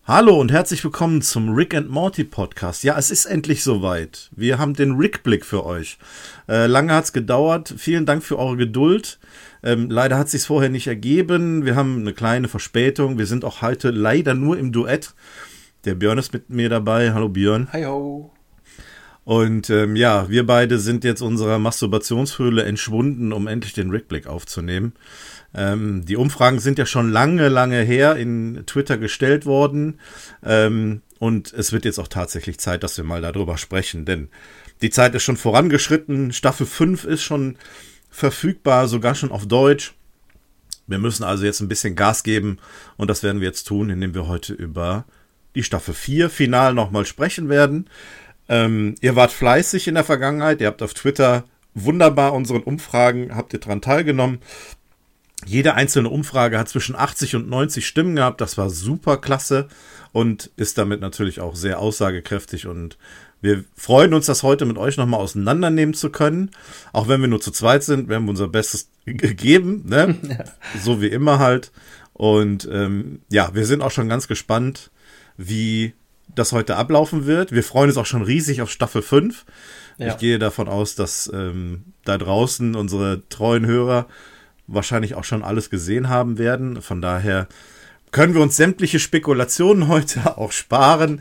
Hallo und herzlich willkommen zum Rick and Morty Podcast. Ja, es ist endlich soweit. Wir haben den Rick-Blick für euch. Lange hat's gedauert. Vielen Dank für eure Geduld. Leider hat es sich vorher nicht ergeben. Wir haben eine kleine Verspätung. Wir sind auch heute leider nur im Duett. Der Björn ist mit mir dabei. Hallo Björn. Hi ho. Und wir beide sind jetzt unserer Masturbationshöhle entschwunden, um endlich den Rick-Blick aufzunehmen. Die Umfragen sind ja schon lange her in Twitter gestellt worden. Und es wird jetzt auch tatsächlich Zeit, dass wir mal darüber sprechen. Denn die Zeit ist schon vorangeschritten. Staffel 5 ist schon verfügbar, sogar schon auf Deutsch. Wir müssen also jetzt ein bisschen Gas geben. Und das werden wir jetzt tun, indem wir heute über die Staffel 4 final nochmal sprechen werden. Ihr wart fleißig in der Vergangenheit. Ihr habt auf Twitter wunderbar unseren Umfragen, habt ihr dran teilgenommen. Jede einzelne Umfrage hat zwischen 80 und 90 Stimmen gehabt. Das war super klasse und ist damit natürlich auch sehr aussagekräftig. Und wir freuen uns, das heute mit euch nochmal auseinandernehmen zu können. Auch wenn wir nur zu zweit sind, wir haben unser Bestes gegeben, ne? Ja. So wie immer halt. Und wir sind auch schon ganz gespannt, wie das heute ablaufen wird. Wir freuen uns auch schon riesig auf Staffel 5. Ja. Ich gehe davon aus, dass da draußen unsere treuen Hörer wahrscheinlich auch schon alles gesehen haben werden. Von daher können wir uns sämtliche Spekulationen heute auch sparen.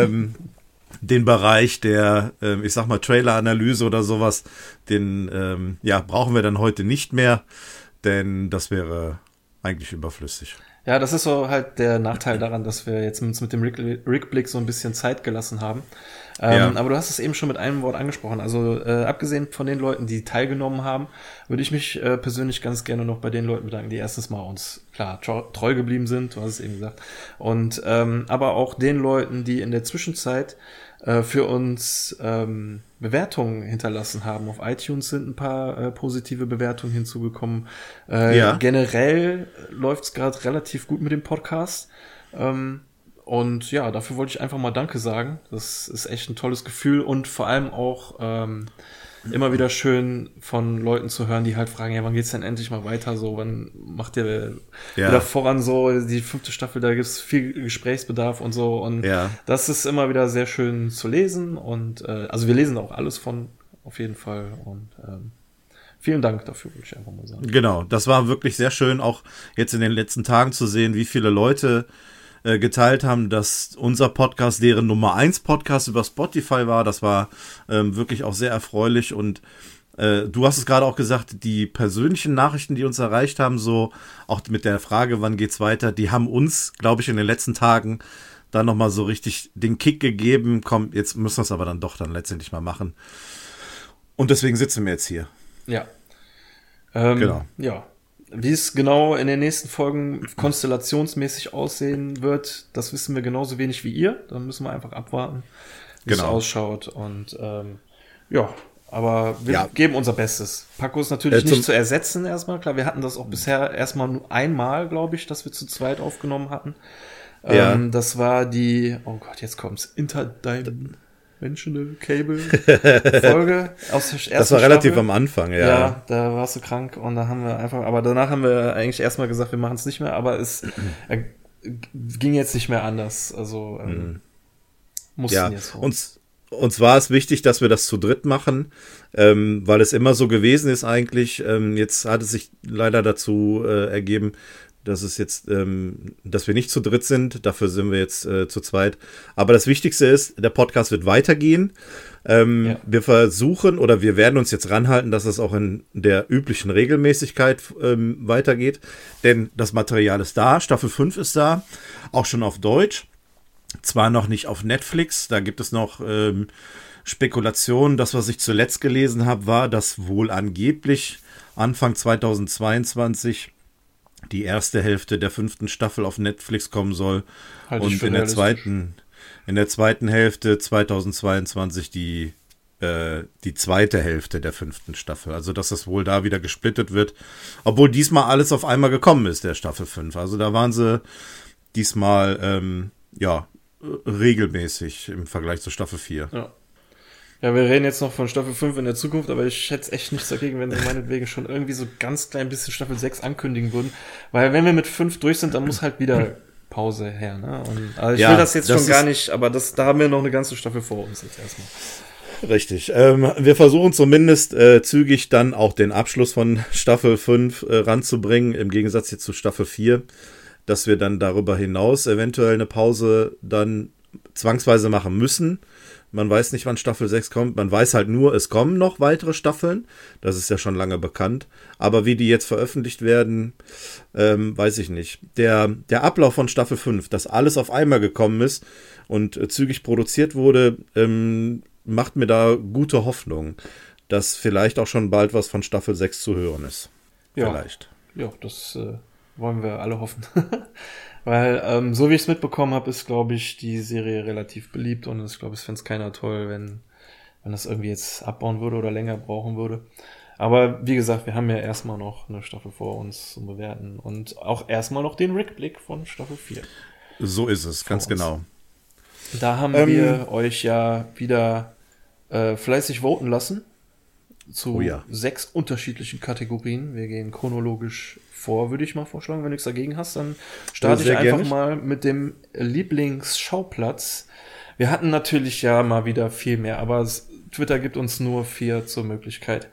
Den Bereich der, Trailer-Analyse oder sowas, den brauchen wir dann heute nicht mehr, denn das wäre eigentlich überflüssig. Ja, das ist so halt der Nachteil daran, dass wir jetzt uns mit dem Rick-Blick so ein bisschen Zeit gelassen haben. Aber du hast es eben schon mit einem Wort angesprochen. Also abgesehen von den Leuten, die teilgenommen haben, würde ich mich persönlich ganz gerne noch bei den Leuten bedanken, die erstens mal uns, klar, treu geblieben sind, du hast es eben gesagt. Und aber auch den Leuten, die in der Zwischenzeit für uns Bewertungen hinterlassen haben. Auf iTunes sind ein paar positive Bewertungen hinzugekommen. Generell läuft es gerade relativ gut mit dem Podcast. Und ja, dafür wollte ich einfach mal Danke sagen. Das ist echt ein tolles Gefühl und vor allem auch immer wieder schön von Leuten zu hören, die halt fragen, ja, wann geht's denn endlich mal weiter? So, wann macht ihr wieder voran so? Die 5. Staffel, da gibt's viel Gesprächsbedarf und so. Und das ist immer wieder sehr schön zu lesen. Und also wir lesen auch alles von, auf jeden Fall. Und vielen Dank dafür, würde ich einfach mal sagen. Genau, das war wirklich sehr schön, auch jetzt in den letzten Tagen zu sehen, wie viele Leute geteilt haben, dass unser Podcast deren Nummer 1 Podcast über Spotify war. Das war wirklich auch sehr erfreulich und du hast es gerade auch gesagt, die persönlichen Nachrichten, die uns erreicht haben, so auch mit der Frage, wann geht's weiter, die haben uns, glaube ich, in den letzten Tagen dann nochmal so richtig den Kick gegeben. Komm, jetzt müssen wir es aber dann letztendlich mal machen. Und deswegen sitzen wir jetzt hier. Ja. Genau. Ja. Wie es genau in den nächsten Folgen konstellationsmäßig aussehen wird, das wissen wir genauso wenig wie ihr. Da müssen wir einfach abwarten, wie es ausschaut. Und aber wir geben unser Bestes. Paco ist natürlich nicht zu ersetzen erstmal. Klar, wir hatten das auch bisher erstmal nur einmal, glaube ich, dass wir zu zweit aufgenommen hatten. Das war die, oh Gott, jetzt kommt's, Interdimensional Cable Folge aus der ersten Das war relativ Staffel. Am Anfang, Ja, da warst du krank und da haben wir einfach, aber danach haben wir eigentlich erstmal gesagt, wir machen es nicht mehr, aber es ging jetzt nicht mehr anders, also mussten jetzt so. Uns war es wichtig, dass wir das zu dritt machen, weil es immer so gewesen ist eigentlich. Jetzt hat es sich leider dazu ergeben, dass es jetzt, dass wir nicht zu dritt sind. Dafür sind wir jetzt zu zweit. Aber das Wichtigste ist, der Podcast wird weitergehen. Wir versuchen oder wir werden uns jetzt ranhalten, dass es auch in der üblichen Regelmäßigkeit weitergeht. Denn das Material ist da, Staffel 5 ist da, auch schon auf Deutsch. Zwar noch nicht auf Netflix, da gibt es noch Spekulationen. Das, was ich zuletzt gelesen habe, war, dass wohl angeblich Anfang 2022 die erste Hälfte der 5. Staffel auf Netflix kommen soll. Und in der zweiten Hälfte 2022 die zweite Hälfte der 5. Staffel. Also, dass das wohl da wieder gesplittet wird. Obwohl diesmal alles auf einmal gekommen ist, der Staffel 5. Also, da waren sie diesmal, regelmäßig im Vergleich zur Staffel 4. Ja, wir reden jetzt noch von Staffel 5 in der Zukunft, aber ich schätze echt nichts dagegen, wenn sie meinetwegen schon irgendwie so ganz klein bisschen Staffel 6 ankündigen würden. Weil wenn wir mit 5 durch sind, dann muss halt wieder Pause her, ne? Und, also ich will das jetzt schon gar nicht, aber da haben wir noch eine ganze Staffel vor uns jetzt erstmal. Richtig. Wir versuchen zumindest zügig dann auch den Abschluss von Staffel 5 ranzubringen, im Gegensatz jetzt zu Staffel 4, dass wir dann darüber hinaus eventuell eine Pause dann zwangsweise machen müssen. Man weiß nicht, wann Staffel 6 kommt. Man weiß halt nur, es kommen noch weitere Staffeln. Das ist ja schon lange bekannt. Aber wie die jetzt veröffentlicht werden, weiß ich nicht. Der Ablauf von Staffel 5, dass alles auf einmal gekommen ist und zügig produziert wurde, macht mir da gute Hoffnung, dass vielleicht auch schon bald was von Staffel 6 zu hören ist. Ja. Vielleicht. Ja, das wollen wir alle hoffen. Weil, so wie ich es mitbekommen habe, ist, glaube ich, die Serie relativ beliebt und ich glaube, es fände es keiner toll, wenn das irgendwie jetzt abbauen würde oder länger brauchen würde. Aber wie gesagt, wir haben ja erstmal noch eine Staffel vor uns zum Bewerten und auch erstmal noch den Rückblick von Staffel 4. So ist es, ganz genau. Da haben wir euch ja wieder fleißig voten lassen zu 6 unterschiedlichen Kategorien. Wir gehen chronologisch vor, würde ich mal vorschlagen. Wenn du nichts dagegen hast, dann starte ich einfach mal mit dem Lieblingsschauplatz. Wir hatten natürlich ja mal wieder viel mehr, aber Twitter gibt uns nur 4 zur Möglichkeit.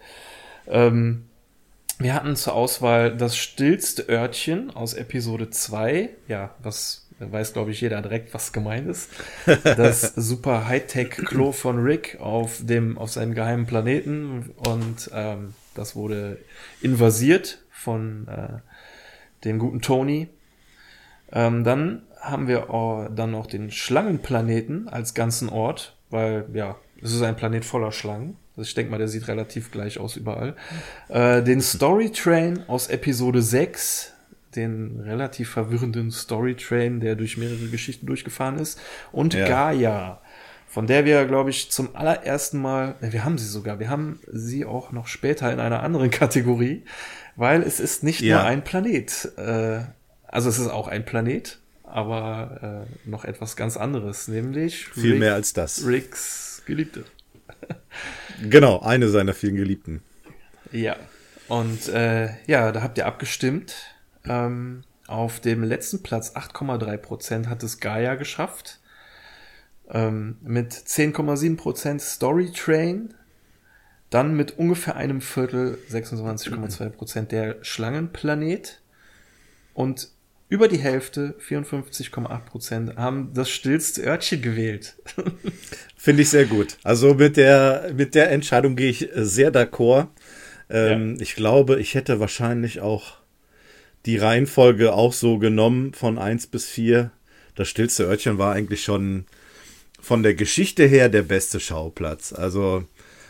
Wir hatten zur Auswahl das stillste Örtchen aus Episode 2. Ja, was weiß, glaube ich, jeder direkt, was gemeint ist. Das super Hightech-Klo von Rick auf seinem geheimen Planeten und das wurde invasiert von dem guten Tony. Dann haben wir dann noch den Schlangenplaneten als ganzen Ort, weil, ja, es ist ein Planet voller Schlangen. Also ich denke mal, der sieht relativ gleich aus überall. Den Storytrain aus Episode 6, den relativ verwirrenden Storytrain, der durch mehrere Geschichten durchgefahren ist. Und Gaia, von der wir, glaube ich, zum allerersten Mal, wir haben sie auch noch später in einer anderen Kategorie, weil es ist nicht nur ein Planet. Also es ist auch ein Planet, aber noch etwas ganz anderes, nämlich viel mehr als das. Ricks Geliebte. Genau, eine seiner vielen Geliebten. Ja, und da habt ihr abgestimmt. Auf dem letzten Platz 8,3% hat es Gaia geschafft. Mit 10,7% Storytrain. Dann mit ungefähr einem Viertel, 26,2% der Schlangenplanet. Und über die Hälfte, 54,8%, haben das stillste Örtchen gewählt. Finde ich sehr gut. Also mit der Entscheidung gehe ich sehr d'accord. Ich glaube, ich hätte wahrscheinlich auch die Reihenfolge auch so genommen von 1 bis 4. Das stillste Örtchen war eigentlich schon von der Geschichte her der beste Schauplatz. Also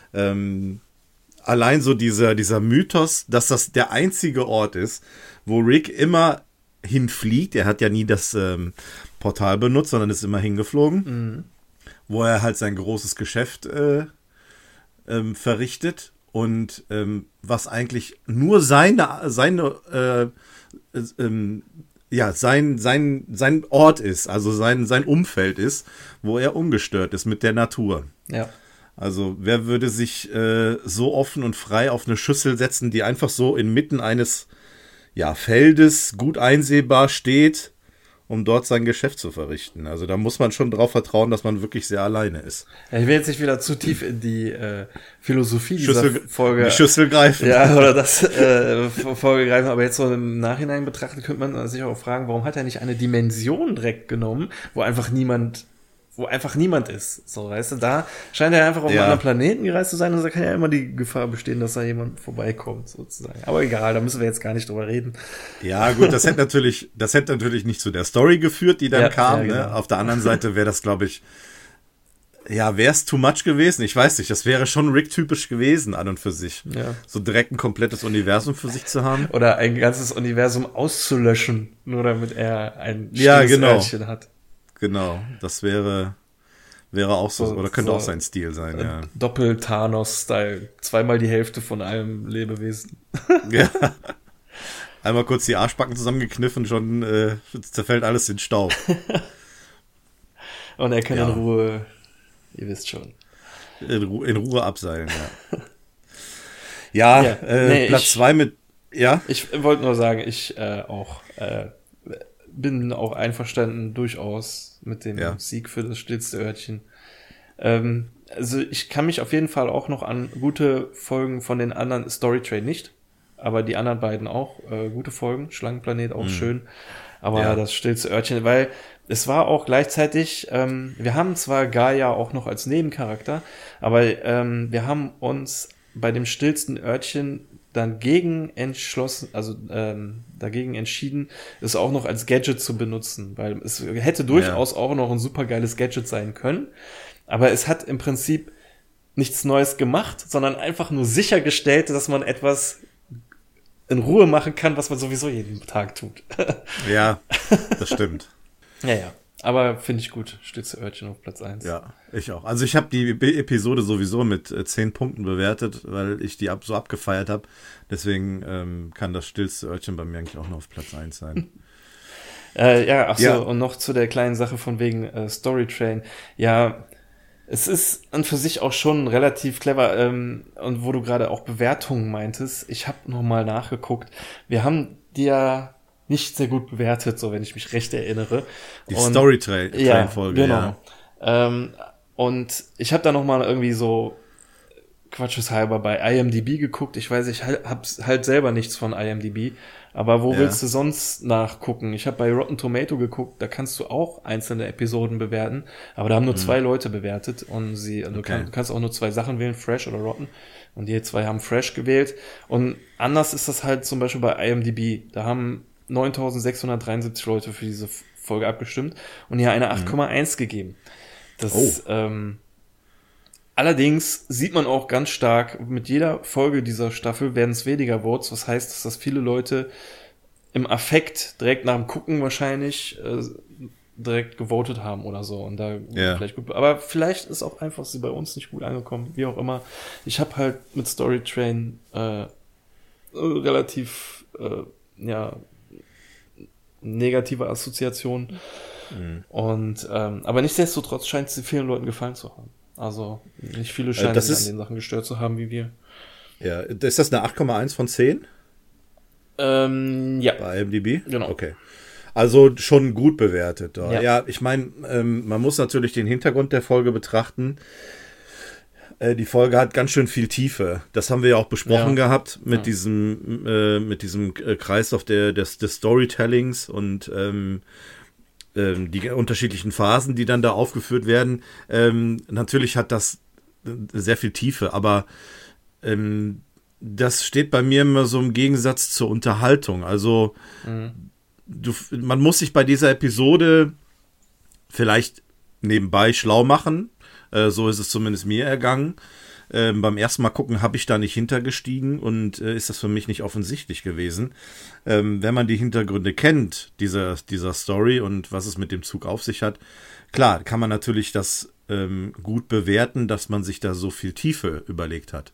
allein so dieser Mythos, dass das der einzige Ort ist, wo Rick immer hinfliegt. Er hat ja nie das Portal benutzt, sondern ist immer hingeflogen, wo er halt sein großes Geschäft verrichtet und was eigentlich nur sein Ort ist, also sein Umfeld ist, wo er ungestört ist mit der Natur. Ja. Also wer würde sich so offen und frei auf eine Schüssel setzen, die einfach so inmitten eines Feldes gut einsehbar steht, um dort sein Geschäft zu verrichten. Also da muss man schon drauf vertrauen, dass man wirklich sehr alleine ist. Ja, ich will jetzt nicht wieder zu tief in die Philosophie dieser Folge. Die Schüssel greifen. Ja, oder das Folge greifen. Aber jetzt so im Nachhinein betrachtet könnte man sich auch fragen, warum hat er nicht eine Dimension direkt genommen, wo einfach niemand ist. So, weißt du, da scheint er einfach auf einem anderen Planeten gereist zu sein und da kann ja immer die Gefahr bestehen, dass da jemand vorbeikommt, sozusagen. Aber egal, da müssen wir jetzt gar nicht drüber reden. Ja, gut, das hätte natürlich nicht zu der Story geführt, die dann kam. Genau. Ne? Auf der anderen Seite wäre das, glaube ich, wäre es too much gewesen. Ich weiß nicht, das wäre schon Rick-typisch gewesen an und für sich. Ja. So direkt ein komplettes Universum für sich zu haben. Oder ein ganzes Universum auszulöschen, nur damit er ein Örtchen hat. Genau, das wäre auch so, oder könnte auch sein Stil sein, ja. Doppel-Thanos-Style. Zweimal die Hälfte von einem Lebewesen. Ja. Einmal kurz die Arschbacken zusammengekniffen, schon zerfällt alles in Staub. Und er kann in Ruhe, ihr wisst schon. In Ruhe abseilen, ja. Platz 2 mit, Ich wollte nur sagen, ich auch bin auch einverstanden durchaus mit dem Sieg für das stillste Örtchen. Also ich kann mich auf jeden Fall auch noch an gute Folgen von den anderen, Story Train nicht, aber die anderen beiden auch, gute Folgen, Schlangenplanet auch schön, aber das stillste Örtchen, weil es war auch gleichzeitig, wir haben zwar Gaia auch noch als Nebencharakter, aber wir haben uns bei dem stillsten Örtchen dagegen entschieden, es auch noch als Gadget zu benutzen, weil es hätte durchaus auch noch ein super geiles Gadget sein können, aber es hat im Prinzip nichts Neues gemacht, sondern einfach nur sichergestellt, dass man etwas in Ruhe machen kann, was man sowieso jeden Tag tut. Ja, das stimmt. Ja. Aber finde ich gut. Stillste Örtchen auf Platz 1. Ja, ich auch. Also ich habe die Episode sowieso mit 10 Punkten bewertet, weil ich die so abgefeiert habe. Deswegen kann das stillste Örtchen bei mir eigentlich auch noch auf Platz 1 sein. Und noch zu der kleinen Sache von wegen Storytrain. Ja, es ist an für sich auch schon relativ clever. Und wo du gerade auch Bewertungen meintest, ich habe nochmal nachgeguckt. Wir haben die ja nicht sehr gut bewertet, so wenn ich mich recht erinnere. Die Storytrain-Folge, genau. Und ich habe da nochmal irgendwie so quatscheshalber bei IMDb geguckt. Ich weiß, ich hab halt selber nichts von IMDb, aber wo willst du sonst nachgucken? Ich habe bei Rotten Tomato geguckt, da kannst du auch einzelne Episoden bewerten, aber da haben nur 2 Leute bewertet und du kannst auch nur 2 Sachen wählen, Fresh oder Rotten, und die 2 haben Fresh gewählt. Und anders ist das halt zum Beispiel bei IMDb. Da haben 9.673 Leute für diese Folge abgestimmt und hier eine 8,1 gegeben. Das allerdings sieht man auch ganz stark, mit jeder Folge dieser Staffel werden es weniger Votes, was heißt, dass das viele Leute im Affekt direkt nach dem Gucken wahrscheinlich direkt gewotet haben oder so und da vielleicht gut, aber vielleicht ist auch einfach sie bei uns nicht gut angekommen, wie auch immer. Ich habe halt mit Storytrain relativ negative Assoziationen. Und aber nichtsdestotrotz scheint es vielen Leuten gefallen zu haben. Also nicht viele scheinen sich an den Sachen gestört zu haben wie wir. Ja, ist das eine 8,1 von 10? Ja. Bei IMDb? Genau. Okay. Also schon gut bewertet. Ja, ich meine, man muss natürlich den Hintergrund der Folge betrachten. Die Folge hat ganz schön viel Tiefe. Das haben wir ja auch besprochen gehabt mit diesem Kreislauf des Storytellings und die unterschiedlichen Phasen, die dann da aufgeführt werden. Natürlich hat das sehr viel Tiefe, aber das steht bei mir immer so im Gegensatz zur Unterhaltung. Also man muss sich bei dieser Episode vielleicht nebenbei schlau machen. So ist es zumindest mir ergangen. Beim ersten Mal gucken habe ich da nicht hintergestiegen und ist das für mich nicht offensichtlich gewesen. Wenn man die Hintergründe kennt, dieser Story und was es mit dem Zug auf sich hat, klar, kann man natürlich das gut bewerten, dass man sich da so viel Tiefe überlegt hat.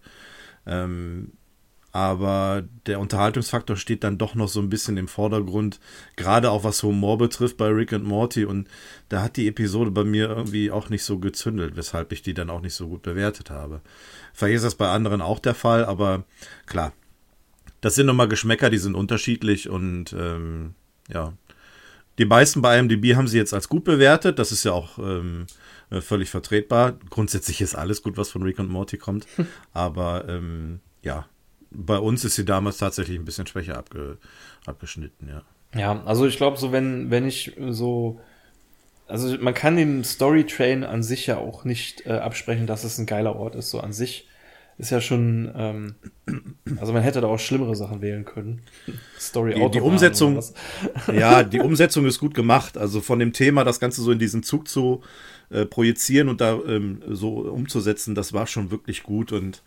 Aber der Unterhaltungsfaktor steht dann doch noch so ein bisschen im Vordergrund, gerade auch was Humor betrifft bei Rick and Morty, und da hat die Episode bei mir irgendwie auch nicht so gezündelt, weshalb ich die dann auch nicht so gut bewertet habe. Vielleicht ist das bei anderen auch der Fall, aber klar, das sind nochmal Geschmäcker, die sind unterschiedlich und die meisten bei IMDb haben sie jetzt als gut bewertet, das ist ja auch völlig vertretbar. Grundsätzlich ist alles gut, was von Rick und Morty kommt, aber bei uns ist sie damals tatsächlich ein bisschen schwächer abgeschnitten, ja. Ja, also ich glaube so, wenn ich so, also man kann dem Storytrain an sich ja auch nicht absprechen, dass es ein geiler Ort ist, so an sich ist ja schon, also man hätte da auch schlimmere Sachen wählen können. Die Umsetzung, die Umsetzung ist gut gemacht, also von dem Thema das Ganze so in diesen Zug zu projizieren und da so umzusetzen, das war schon wirklich gut und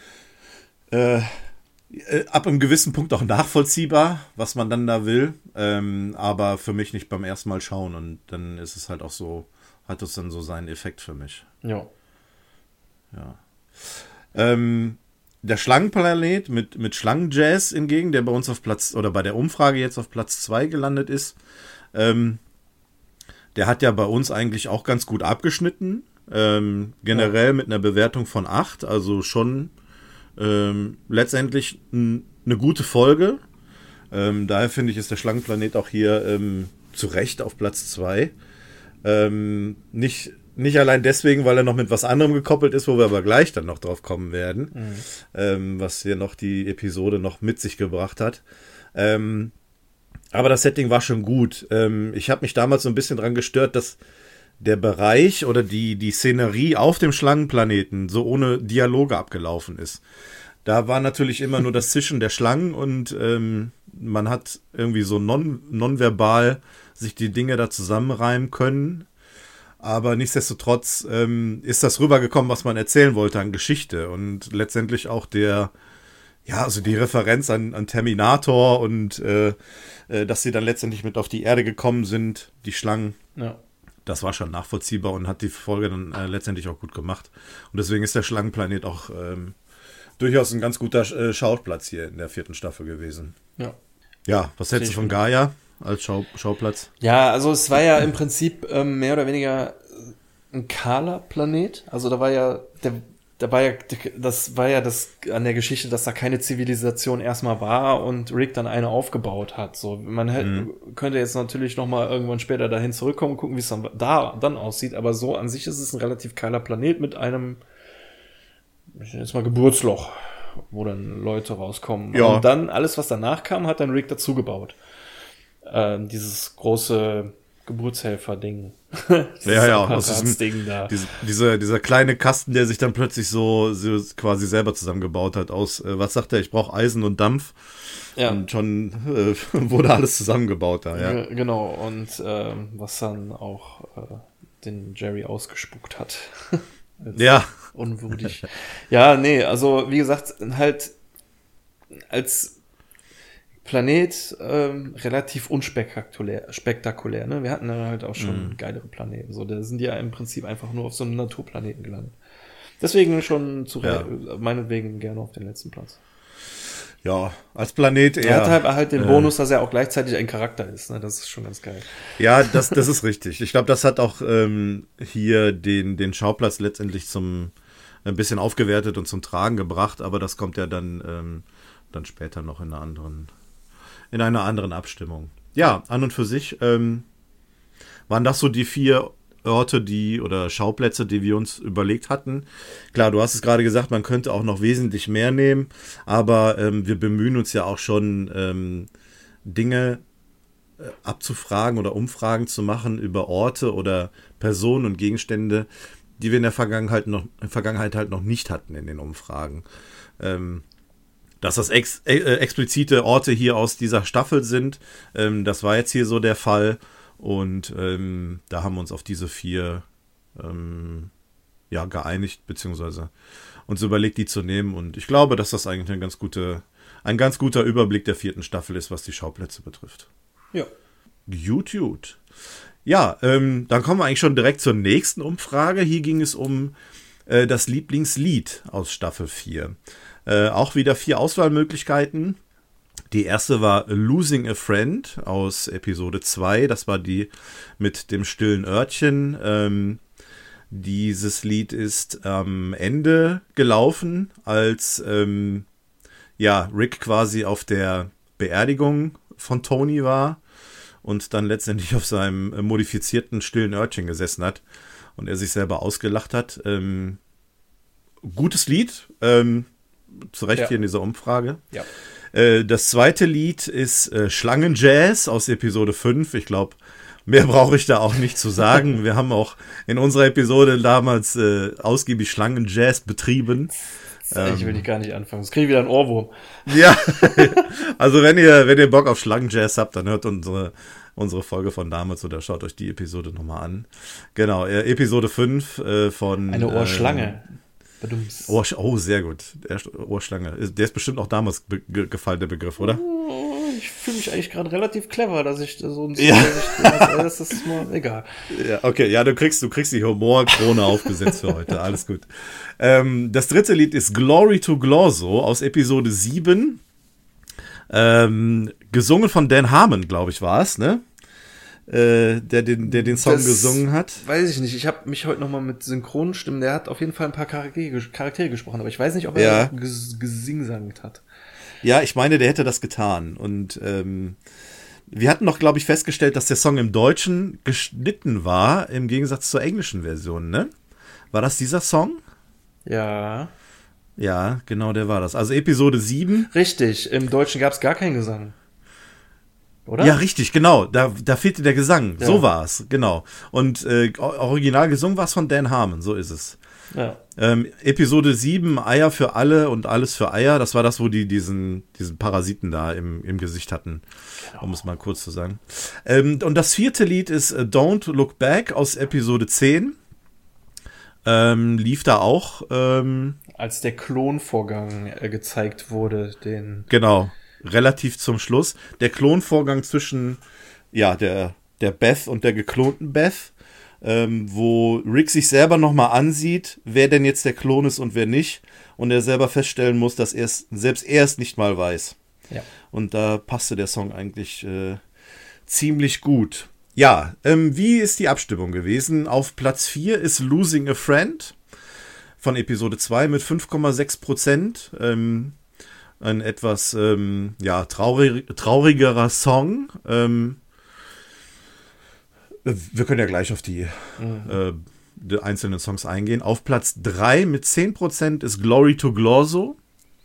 ab einem gewissen Punkt auch nachvollziehbar, was man dann da will, aber für mich nicht beim ersten Mal schauen und dann ist es halt auch so, hat es dann so seinen Effekt für mich. Ja. Der Schlangenplanet mit Schlangenjazz hingegen, der bei uns auf Platz, oder bei der Umfrage jetzt auf Platz 2 gelandet ist, der hat ja bei uns eigentlich auch ganz gut abgeschnitten, generell mit einer Bewertung von 8, also schon letztendlich eine gute Folge. Daher finde ich, ist der Schlangenplanet auch hier zu Recht auf Platz 2. Nicht allein deswegen, weil er noch mit was anderem gekoppelt ist, wo wir aber gleich dann noch drauf kommen werden, was hier noch die Episode noch mit sich gebracht hat. Aber das Setting war schon gut. Ich habe mich damals so ein bisschen dran gestört, dass der Bereich oder die Szenerie auf dem Schlangenplaneten so ohne Dialoge abgelaufen ist. Da war natürlich immer nur das Zischen der Schlangen und man hat irgendwie so nonverbal sich die Dinge da zusammenreimen können. Aber nichtsdestotrotz ist das rübergekommen, was man erzählen wollte an Geschichte. Und letztendlich auch also die Referenz an Terminator und dass sie dann letztendlich mit auf die Erde gekommen sind, die Schlangen. Ja. Das war schon nachvollziehbar und hat die Folge dann letztendlich auch gut gemacht. Und deswegen ist der Schlangenplanet auch durchaus ein ganz guter Schauplatz hier in der 4. Staffel gewesen. Ja. Ja, was hältst du von Gaia als Schauplatz? Ja, also es war ja im Prinzip mehr oder weniger ein kahler Planet. Also das war ja das an der Geschichte, dass da keine Zivilisation erstmal war und Rick dann eine aufgebaut hat. So, man könnte jetzt natürlich noch mal irgendwann später dahin zurückkommen und gucken, wie es dann aussieht. Aber so an sich ist es ein relativ kahler Planet mit einem, jetzt mal Geburtsloch, wo dann Leute rauskommen. Ja. Und dann alles, was danach kam, hat dann Rick dazu gebaut. Dieses große Geburtshelfer-Ding. Ja, das Ding da. Dieser kleine Kasten, der sich dann plötzlich so quasi selber zusammengebaut hat aus, was sagt er, ich brauche Eisen und Dampf. Ja. Und schon wurde alles zusammengebaut da, ja. Genau, und was dann auch den Jerry ausgespuckt hat. Ja. Unwürdig. Ja, nee, also wie gesagt, halt als Planet relativ unspektakulär, ne? Wir hatten dann halt auch schon geilere Planeten. So, da sind die ja im Prinzip einfach nur auf so einem Naturplaneten gelandet. Deswegen schon meinetwegen gerne auf den letzten Platz. Ja, als Planet eher. Er hat halt den Bonus, dass er auch gleichzeitig ein Charakter ist, ne? Das ist schon ganz geil. Ja, das ist richtig. Ich glaube, das hat auch hier den Schauplatz letztendlich ein bisschen aufgewertet und zum Tragen gebracht, aber das kommt ja dann später noch in einer anderen Abstimmung. Ja, an und für sich waren das so die 4 Orte, oder Schauplätze, die wir uns überlegt hatten. Klar, du hast es gerade gesagt, man könnte auch noch wesentlich mehr nehmen, aber wir bemühen uns ja auch schon, Dinge abzufragen oder Umfragen zu machen über Orte oder Personen und Gegenstände, die wir in der Vergangenheit halt noch nicht hatten in den Umfragen. Dass das explizite Orte hier aus dieser Staffel sind, das war jetzt hier so der Fall. Und da haben wir uns auf diese 4 geeinigt, beziehungsweise uns überlegt, die zu nehmen. Und ich glaube, dass das eigentlich ein ganz guter Überblick der 4. Staffel ist, was die Schauplätze betrifft. Ja. Gut. Ja, dann kommen wir eigentlich schon direkt zur nächsten Umfrage. Hier ging es um das Lieblingslied aus Staffel 4. Auch wieder 4 Auswahlmöglichkeiten. Die erste war Losing a Friend aus Episode 2. Das war die mit dem stillen Örtchen. Dieses Lied ist am Ende gelaufen, als Rick quasi auf der Beerdigung von Tony war und dann letztendlich auf seinem modifizierten stillen Örtchen gesessen hat und er sich selber ausgelacht hat. Gutes Lied, zu Recht hier in dieser Umfrage. Ja. Das zweite Lied ist Schlangenjazz aus Episode 5. Ich glaube, mehr brauche ich da auch nicht zu sagen. Wir haben auch in unserer Episode damals ausgiebig Schlangenjazz betrieben. Ich will gar nicht anfangen. Das kriege ich wieder einen Ohrwurm. Ja, also wenn ihr Bock auf Schlangenjazz habt, dann hört unsere Folge von damals oder schaut euch die Episode nochmal an. Genau, Episode 5 von... Eine Ohrschlange. Sehr gut. Ohrschlange. Der ist bestimmt auch damals gefallen, der Begriff, oder? Ich fühle mich eigentlich gerade relativ clever, dass ich so ein das ist mal egal. Ja, okay, ja, du kriegst die Humorkrone aufgesetzt für heute. Alles gut. Das dritte Lied ist Glory to Glorso aus Episode 7. Gesungen von Dan Harmon, glaube ich, war es, ne? Der den Song gesungen hat. Weiß ich nicht. Ich habe mich heute nochmal mit Synchronstimmen, der hat auf jeden Fall ein paar Charaktere gesprochen, aber ich weiß nicht, ob er gesingsangt hat. Ja, ich meine, der hätte das getan. Und wir hatten noch, glaube ich, festgestellt, dass der Song im Deutschen geschnitten war, im Gegensatz zur englischen Version, ne? War das dieser Song? Ja. Ja, genau, der war das. Also Episode 7. Richtig, im Deutschen gab es gar keinen Gesang. Oder? Ja, richtig, genau. Da fehlte der Gesang. Ja. So war es, genau. Und original gesungen war es von Dan Harmon, so ist es. Ja. Episode 7, Eier für alle und alles für Eier. Das war das, wo die diesen Parasiten da im Gesicht hatten, um es mal kurz zu sagen. Und das 4. Lied ist Don't Look Back aus Episode 10. Lief da auch. Als der Klonvorgang gezeigt wurde, Genau, relativ zum Schluss. Der Klonvorgang zwischen der Beth und der geklonten Beth. Wo Rick sich selber nochmal ansieht, wer denn jetzt der Klon ist und wer nicht. Und er selber feststellen muss, dass selbst er es nicht mal weiß. Ja. Und da passte der Song eigentlich ziemlich gut. Ja, wie ist die Abstimmung gewesen? Auf Platz 4 ist Losing a Friend von Episode 2 mit 5,6%. Ein etwas traurigerer Song. Wir können ja gleich auf die einzelnen Songs eingehen. Auf Platz 3 mit 10% ist Glory to Glorso.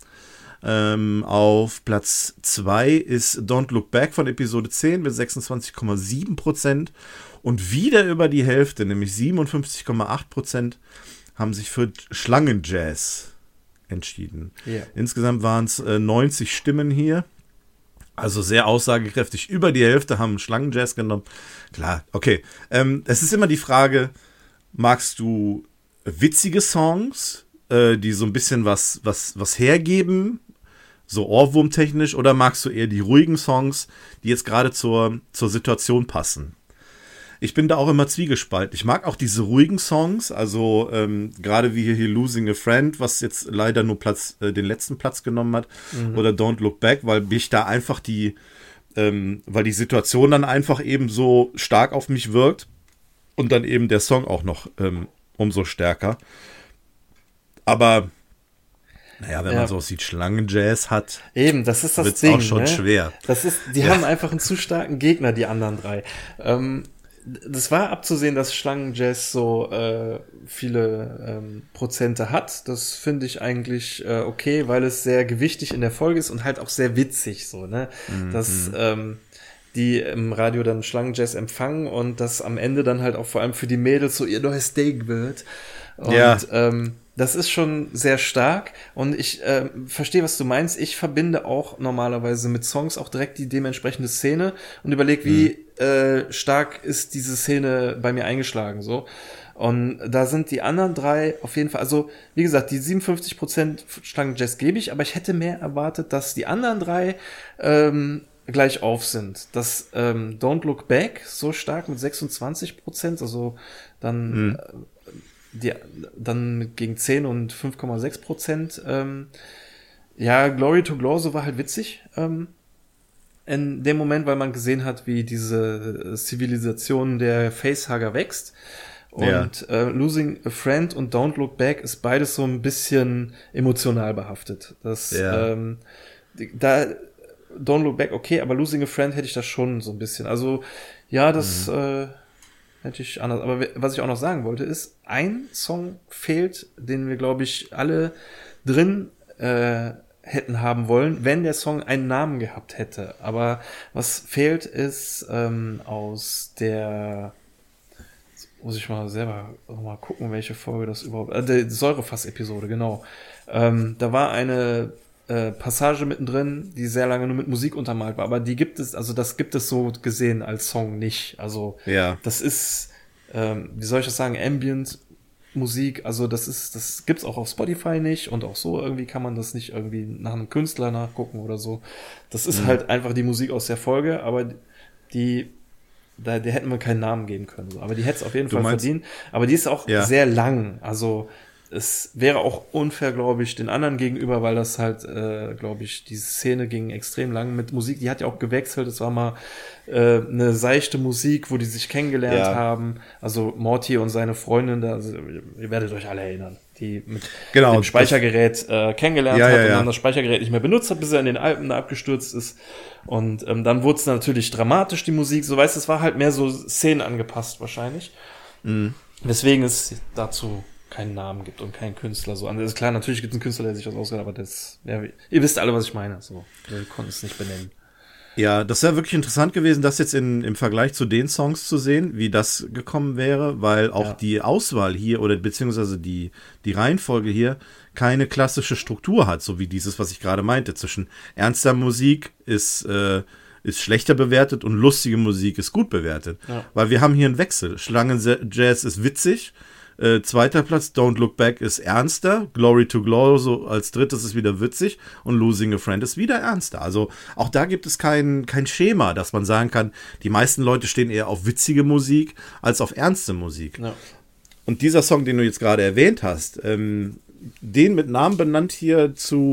Auf Platz 2 ist Don't Look Back von Episode 10 mit 26,7%. Und wieder über die Hälfte, nämlich 57,8%, haben sich für Schlangenjazz entschieden. Yeah. Insgesamt waren es 90 Stimmen hier. Also sehr aussagekräftig. Über die Hälfte haben Schlangenjazz genommen. Klar, okay. Es ist immer die Frage, magst du witzige Songs, die so ein bisschen was hergeben, so ohrwurmtechnisch, oder magst du eher die ruhigen Songs, die jetzt gerade zur Situation passen? Ich bin da auch immer zwiegespalten. Ich mag auch diese ruhigen Songs, also gerade wie hier Losing a Friend, was jetzt leider nur den letzten Platz genommen hat, oder Don't Look Back, weil mich da einfach weil die Situation dann einfach eben so stark auf mich wirkt und dann eben der Song auch noch umso stärker. Aber naja, wenn man so sieht, Schlangenjazz hat, eben, das ist das wird's Ding, auch schon schwer. Die haben einfach einen zu starken Gegner, die anderen drei. Das war abzusehen, dass Schlangenjazz so viele Prozente hat. Das finde ich eigentlich okay, weil es sehr gewichtig in der Folge ist und halt auch sehr witzig so, ne? Dass die im Radio dann Schlangenjazz empfangen und das am Ende dann halt auch vor allem für die Mädels so ihr neues Ding wird. Und das ist schon sehr stark und ich verstehe, was du meinst. Ich verbinde auch normalerweise mit Songs auch direkt die dementsprechende Szene und überlege, wie stark ist diese Szene bei mir eingeschlagen, so. Und da sind die anderen drei auf jeden Fall, also wie gesagt, die 57% Schlangenjazz gebe ich, aber ich hätte mehr erwartet, dass die anderen drei gleich auf sind. Dass Don't Look Back so stark mit 26%, also dann dann gegen 10 und 5,6%. Glory to Glorso war halt witzig in dem Moment, weil man gesehen hat, wie diese Zivilisation der Facehugger wächst. Und Losing a Friend und Don't Look Back ist beides so ein bisschen emotional behaftet. Don't Look Back okay, aber Losing a Friend hätte ich das schon so ein bisschen. Also ja, das hätte ich anders. Aber was ich auch noch sagen wollte, ist, ein Song fehlt, den wir, glaube ich, alle drin hätten haben wollen, wenn der Song einen Namen gehabt hätte. Aber was fehlt, ist aus der, muss ich mal selber mal gucken, welche Folge das überhaupt, der Säurefass-Episode, genau. Da war eine Passage mittendrin, die sehr lange nur mit Musik untermalt war, aber die gibt es, also das gibt es so gesehen als Song nicht. Also das ist, wie soll ich das sagen, Ambient Musik, also das gibt's auch auf Spotify nicht und auch so irgendwie kann man das nicht irgendwie nach einem Künstler nachgucken oder so. Das ist halt einfach die Musik aus der Folge, aber der hätten wir keinen Namen geben können. So. Aber die hätte es auf jeden Fall verdient. Aber die ist auch sehr lang. Also es wäre auch unfair, glaube ich, den anderen gegenüber, weil das halt, glaube ich, die Szene ging extrem lang mit Musik. Die hat ja auch gewechselt. Es war mal eine seichte Musik, wo die sich kennengelernt haben. Also Morty und seine Freundin, also, ihr werdet euch alle erinnern, die mit dem Speichergerät kennengelernt hat und dann das Speichergerät nicht mehr benutzt hat, bis er in den Alpen da abgestürzt ist. Und dann wurde es natürlich dramatisch, die Musik. So, weißt du, es war halt mehr so Szenen angepasst wahrscheinlich. Mhm. Weswegen es dazu keinen Namen gibt und keinen Künstler. So, also klar, natürlich gibt es einen Künstler, der sich das ausgeht, aber das, ja, ihr wisst alle, was ich meine. So, wir konnten es nicht benennen. Ja, das wäre wirklich interessant gewesen, das jetzt im Vergleich zu den Songs zu sehen, wie das gekommen wäre, weil auch die Auswahl hier oder beziehungsweise die Reihenfolge hier keine klassische Struktur hat, so wie dieses, was ich gerade meinte, zwischen ernster Musik ist schlechter bewertet und lustige Musik ist gut bewertet. Ja. Weil wir haben hier einen Wechsel. Schlangenjazz ist witzig, zweiter Platz, Don't Look Back ist ernster, Glory to Glory so als drittes ist wieder witzig und Losing a Friend ist wieder ernster. Also auch da gibt es kein Schema, dass man sagen kann, die meisten Leute stehen eher auf witzige Musik als auf ernste Musik. Ja. Und dieser Song, den du jetzt gerade erwähnt hast, den mit Namen benannt hier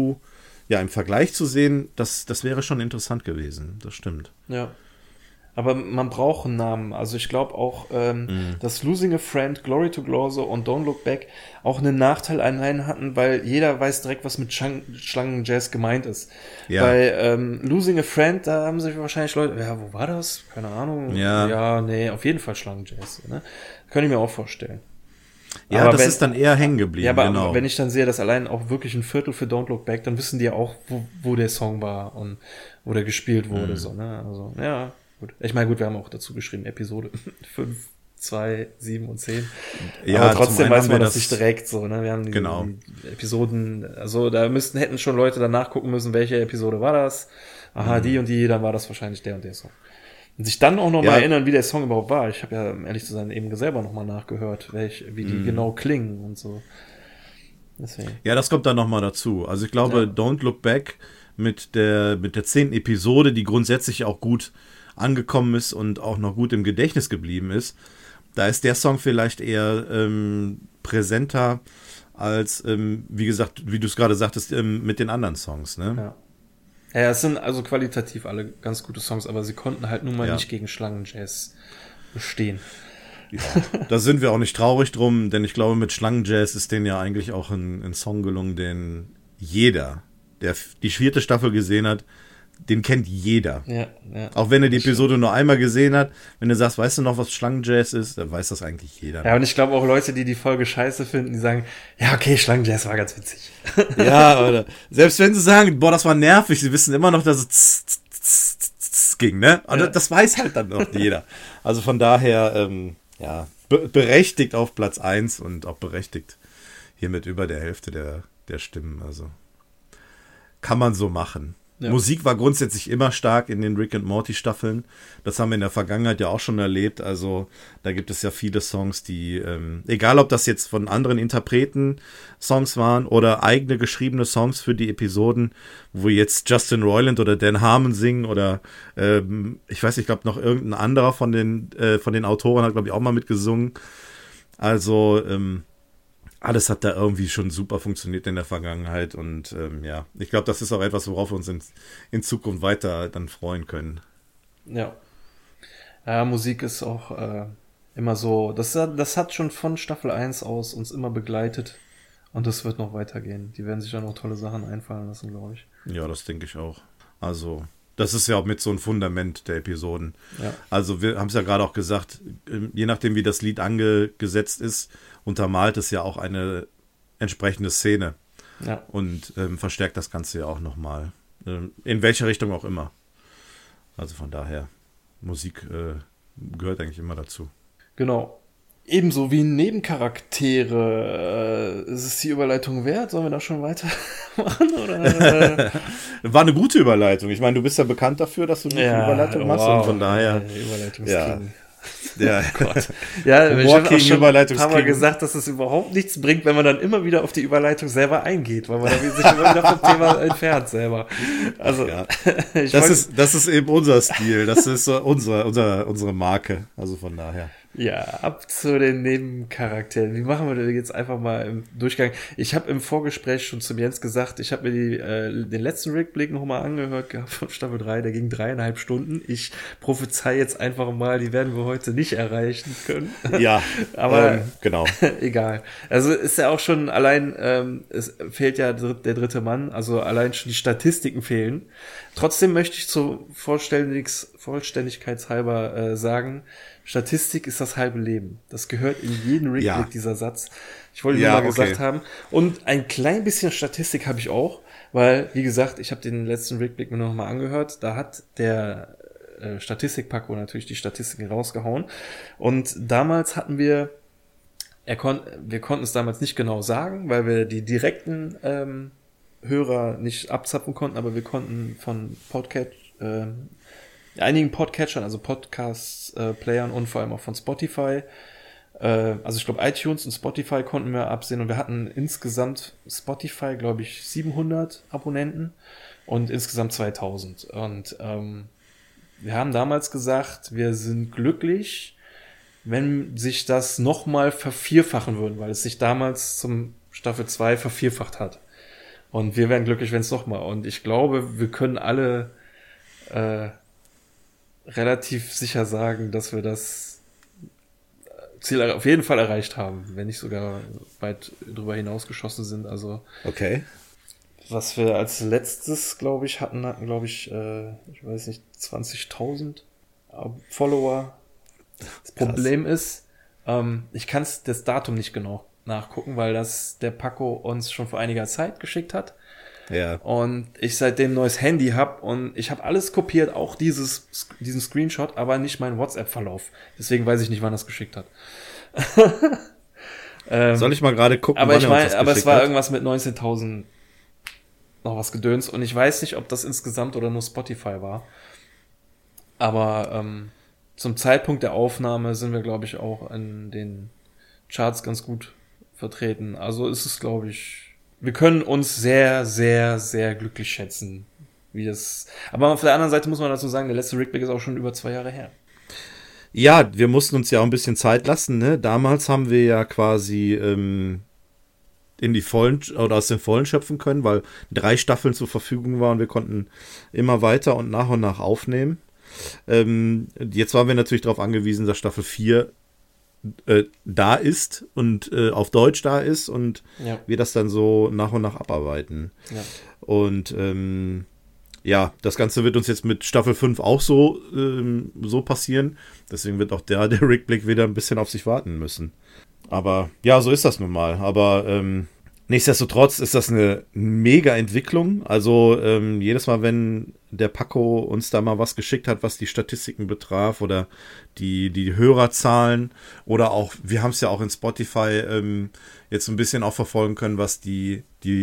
im Vergleich zu sehen, das wäre schon interessant gewesen. Das stimmt. Ja. Aber man braucht einen Namen. Also ich glaube auch, dass Losing a Friend, Glory to Glory und Don't Look Back auch einen Nachteil allein hatten, weil jeder weiß direkt, was mit Schlangenjazz gemeint ist. Ja. Bei Losing a Friend, da haben sich wahrscheinlich Leute, ja, wo war das? Keine Ahnung. Ja, nee, auf jeden Fall Schlangenjazz. Ne? Könnte ich mir auch vorstellen. Ja, aber das ist dann eher hängen geblieben. Ja, aber wenn ich dann sehe, dass allein auch wirklich ein Viertel für Don't Look Back, dann wissen die ja auch, wo der Song war und wo der gespielt wurde. So, ne? Also, ja, gut. Ich meine, gut, wir haben auch dazu geschrieben, Episode 5, 2, 7 und 10. Ja, aber trotzdem weiß man das nicht direkt so, ne? Wir haben die Episoden, also da hätten schon Leute dann nachgucken müssen, welche Episode war das. Aha, die und die, dann war das wahrscheinlich der und der Song. Und sich dann auch noch mal erinnern, wie der Song überhaupt war. Ich habe ja, um ehrlich zu sein, eben selber noch mal nachgehört, wie die genau klingen und so. Deswegen. Ja, das kommt dann noch mal dazu. Also ich glaube, Don't Look Back mit der 10. Episode, die grundsätzlich auch gut angekommen ist und auch noch gut im Gedächtnis geblieben ist, da ist der Song vielleicht eher präsenter als, wie gesagt, wie du es gerade sagtest, mit den anderen Songs, ne? Ja. Ja, es sind also qualitativ alle ganz gute Songs, aber sie konnten halt nun mal nicht gegen Schlangenjazz bestehen. Ja, da sind wir auch nicht traurig drum, denn ich glaube, mit Schlangenjazz ist denen ja eigentlich auch ein Song gelungen, den jeder, der die 4. Staffel gesehen hat, den kennt jeder. Ja, auch wenn er die Episode nur einmal gesehen hat, wenn du sagst, weißt du noch, was Schlangenjazz ist, dann weiß das eigentlich jeder. Ja, und ich glaube auch Leute, die Folge scheiße finden, die sagen, ja, okay, Schlangenjazz war ganz witzig. Ja, oder selbst wenn sie sagen, boah, das war nervig, sie wissen immer noch, dass es ging, ne? Und das weiß halt dann noch jeder. Also von daher, berechtigt auf Platz 1 und auch berechtigt hier mit über der Hälfte der Stimmen. Also kann man so machen. Ja. Musik war grundsätzlich immer stark in den Rick and Morty Staffeln. Das haben wir in der Vergangenheit ja auch schon erlebt. Also da gibt es ja viele Songs, die, egal ob das jetzt von anderen Interpreten Songs waren oder eigene geschriebene Songs für die Episoden, wo jetzt Justin Roiland oder Dan Harmon singen oder ich weiß nicht, ich glaube noch irgendein anderer von den Autoren hat, glaube ich, auch mal mitgesungen. Also alles hat da irgendwie schon super funktioniert in der Vergangenheit und ich glaube, das ist auch etwas, worauf wir uns in Zukunft weiter dann freuen können. Ja, Musik ist auch immer so, das hat schon von Staffel 1 aus uns immer begleitet und das wird noch weitergehen. Die werden sich dann noch tolle Sachen einfallen lassen, glaube ich. Ja, das denke ich auch. Also das ist ja auch mit so ein Fundament der Episoden. Ja. Also wir haben es ja gerade auch gesagt, je nachdem wie das Lied angesetzt ist, untermalt es ja auch eine entsprechende Szene. Ja. Und verstärkt das Ganze ja auch nochmal. In welche Richtung auch immer. Also von daher, Musik gehört eigentlich immer dazu. Genau. Ebenso wie Nebencharaktere. Ist es die Überleitung wert? Sollen wir da schon weitermachen? Oder? War eine gute Überleitung. Ich meine, du bist ja bekannt dafür, dass du eine Überleitung machst. Und von daher. Überleitungsking. Ja, Gott. Ja, ich habe auch schon ein paar Mal gesagt, dass es überhaupt nichts bringt, wenn man dann immer wieder auf die Überleitung selber eingeht, weil man dann sich immer wieder vom Thema entfernt selber. Also, ja. Das ist eben unser Stil, das ist unsere Marke, also von daher. Ja, ab zu den Nebencharakteren. Wie machen wir das jetzt einfach mal im Durchgang? Ich habe im Vorgespräch schon zum Jens gesagt, ich habe mir den letzten Rückblick nochmal angehört gehabt von Staffel 3, der ging 3,5 Stunden. Ich prophezei jetzt einfach mal, die werden wir heute nicht erreichen können. Ja, aber genau. Egal. Also ist ja auch schon allein, es fehlt ja der dritte Mann, also allein schon die Statistiken fehlen. Trotzdem möchte ich zur Vollständigkeitshalber sagen, Statistik ist das halbe Leben. Das gehört in jeden Rückblick, dieser Satz. Ich wollte nur mal gesagt haben. Und ein klein bisschen Statistik habe ich auch, weil, wie gesagt, ich habe den letzten Rückblick mir noch mal angehört. Da hat der Statistik-Paco natürlich die Statistiken rausgehauen. Und damals hatten wir konnten es damals nicht genau sagen, weil wir die direkten Hörer nicht abzapfen konnten, aber wir konnten von einigen Podcatchern, also Podcast-Playern und vor allem auch von Spotify, also ich glaube iTunes und Spotify konnten wir absehen und wir hatten insgesamt Spotify, glaube ich, 700 Abonnenten und insgesamt 2000 und wir haben damals gesagt, wir sind glücklich, wenn sich das nochmal vervierfachen würden, weil es sich damals zum Staffel 2 vervierfacht hat. Und wir wären glücklich, wenn es nochmal. Und ich glaube, wir können alle relativ sicher sagen, dass wir das Ziel auf jeden Fall erreicht haben, wenn nicht sogar weit drüber hinausgeschossen sind. Also okay. Was wir als letztes, glaube ich, hatten, glaube ich, ich weiß nicht, 20.000 Follower. Das Problem ist, ich kann das Datum nicht genau nachgucken, weil der Paco uns schon vor einiger Zeit geschickt hat. Ja. Und ich seitdem ein neues Handy habe und ich habe alles kopiert, auch diesen Screenshot, aber nicht meinen WhatsApp-Verlauf. Deswegen weiß ich nicht, wann das geschickt hat. Soll ich mal gerade gucken, aber ich meine, aber es war irgendwas mit 19.000 noch was Gedöns und ich weiß nicht, ob das insgesamt oder nur Spotify war. Aber zum Zeitpunkt der Aufnahme sind wir, glaube ich, auch in den Charts ganz gut vertreten. Also ist es, glaube ich, wir können uns sehr, sehr, sehr glücklich schätzen, wie das. Aber auf der anderen Seite muss man dazu sagen, der letzte Rückblick ist auch schon über 2 Jahre her. Ja, wir mussten uns ja auch ein bisschen Zeit lassen, ne? Damals haben wir ja quasi in die vollen oder aus den Vollen schöpfen können, weil 3 Staffeln zur Verfügung waren. Wir konnten immer weiter und nach aufnehmen. Jetzt waren wir natürlich darauf angewiesen, dass Staffel 4 da ist und auf Deutsch da ist und wir das dann so nach und nach abarbeiten. Ja. Und ja, das Ganze wird uns jetzt mit Staffel 5 auch so passieren. Deswegen wird auch der Rückblick wieder ein bisschen auf sich warten müssen. Aber ja, so ist das nun mal. Aber nichtsdestotrotz ist das eine mega Entwicklung. Also jedes Mal, wenn der Paco uns da mal was geschickt hat, was die Statistiken betraf oder die Hörerzahlen oder auch, wir haben es ja auch in Spotify jetzt ein bisschen auch verfolgen können, was die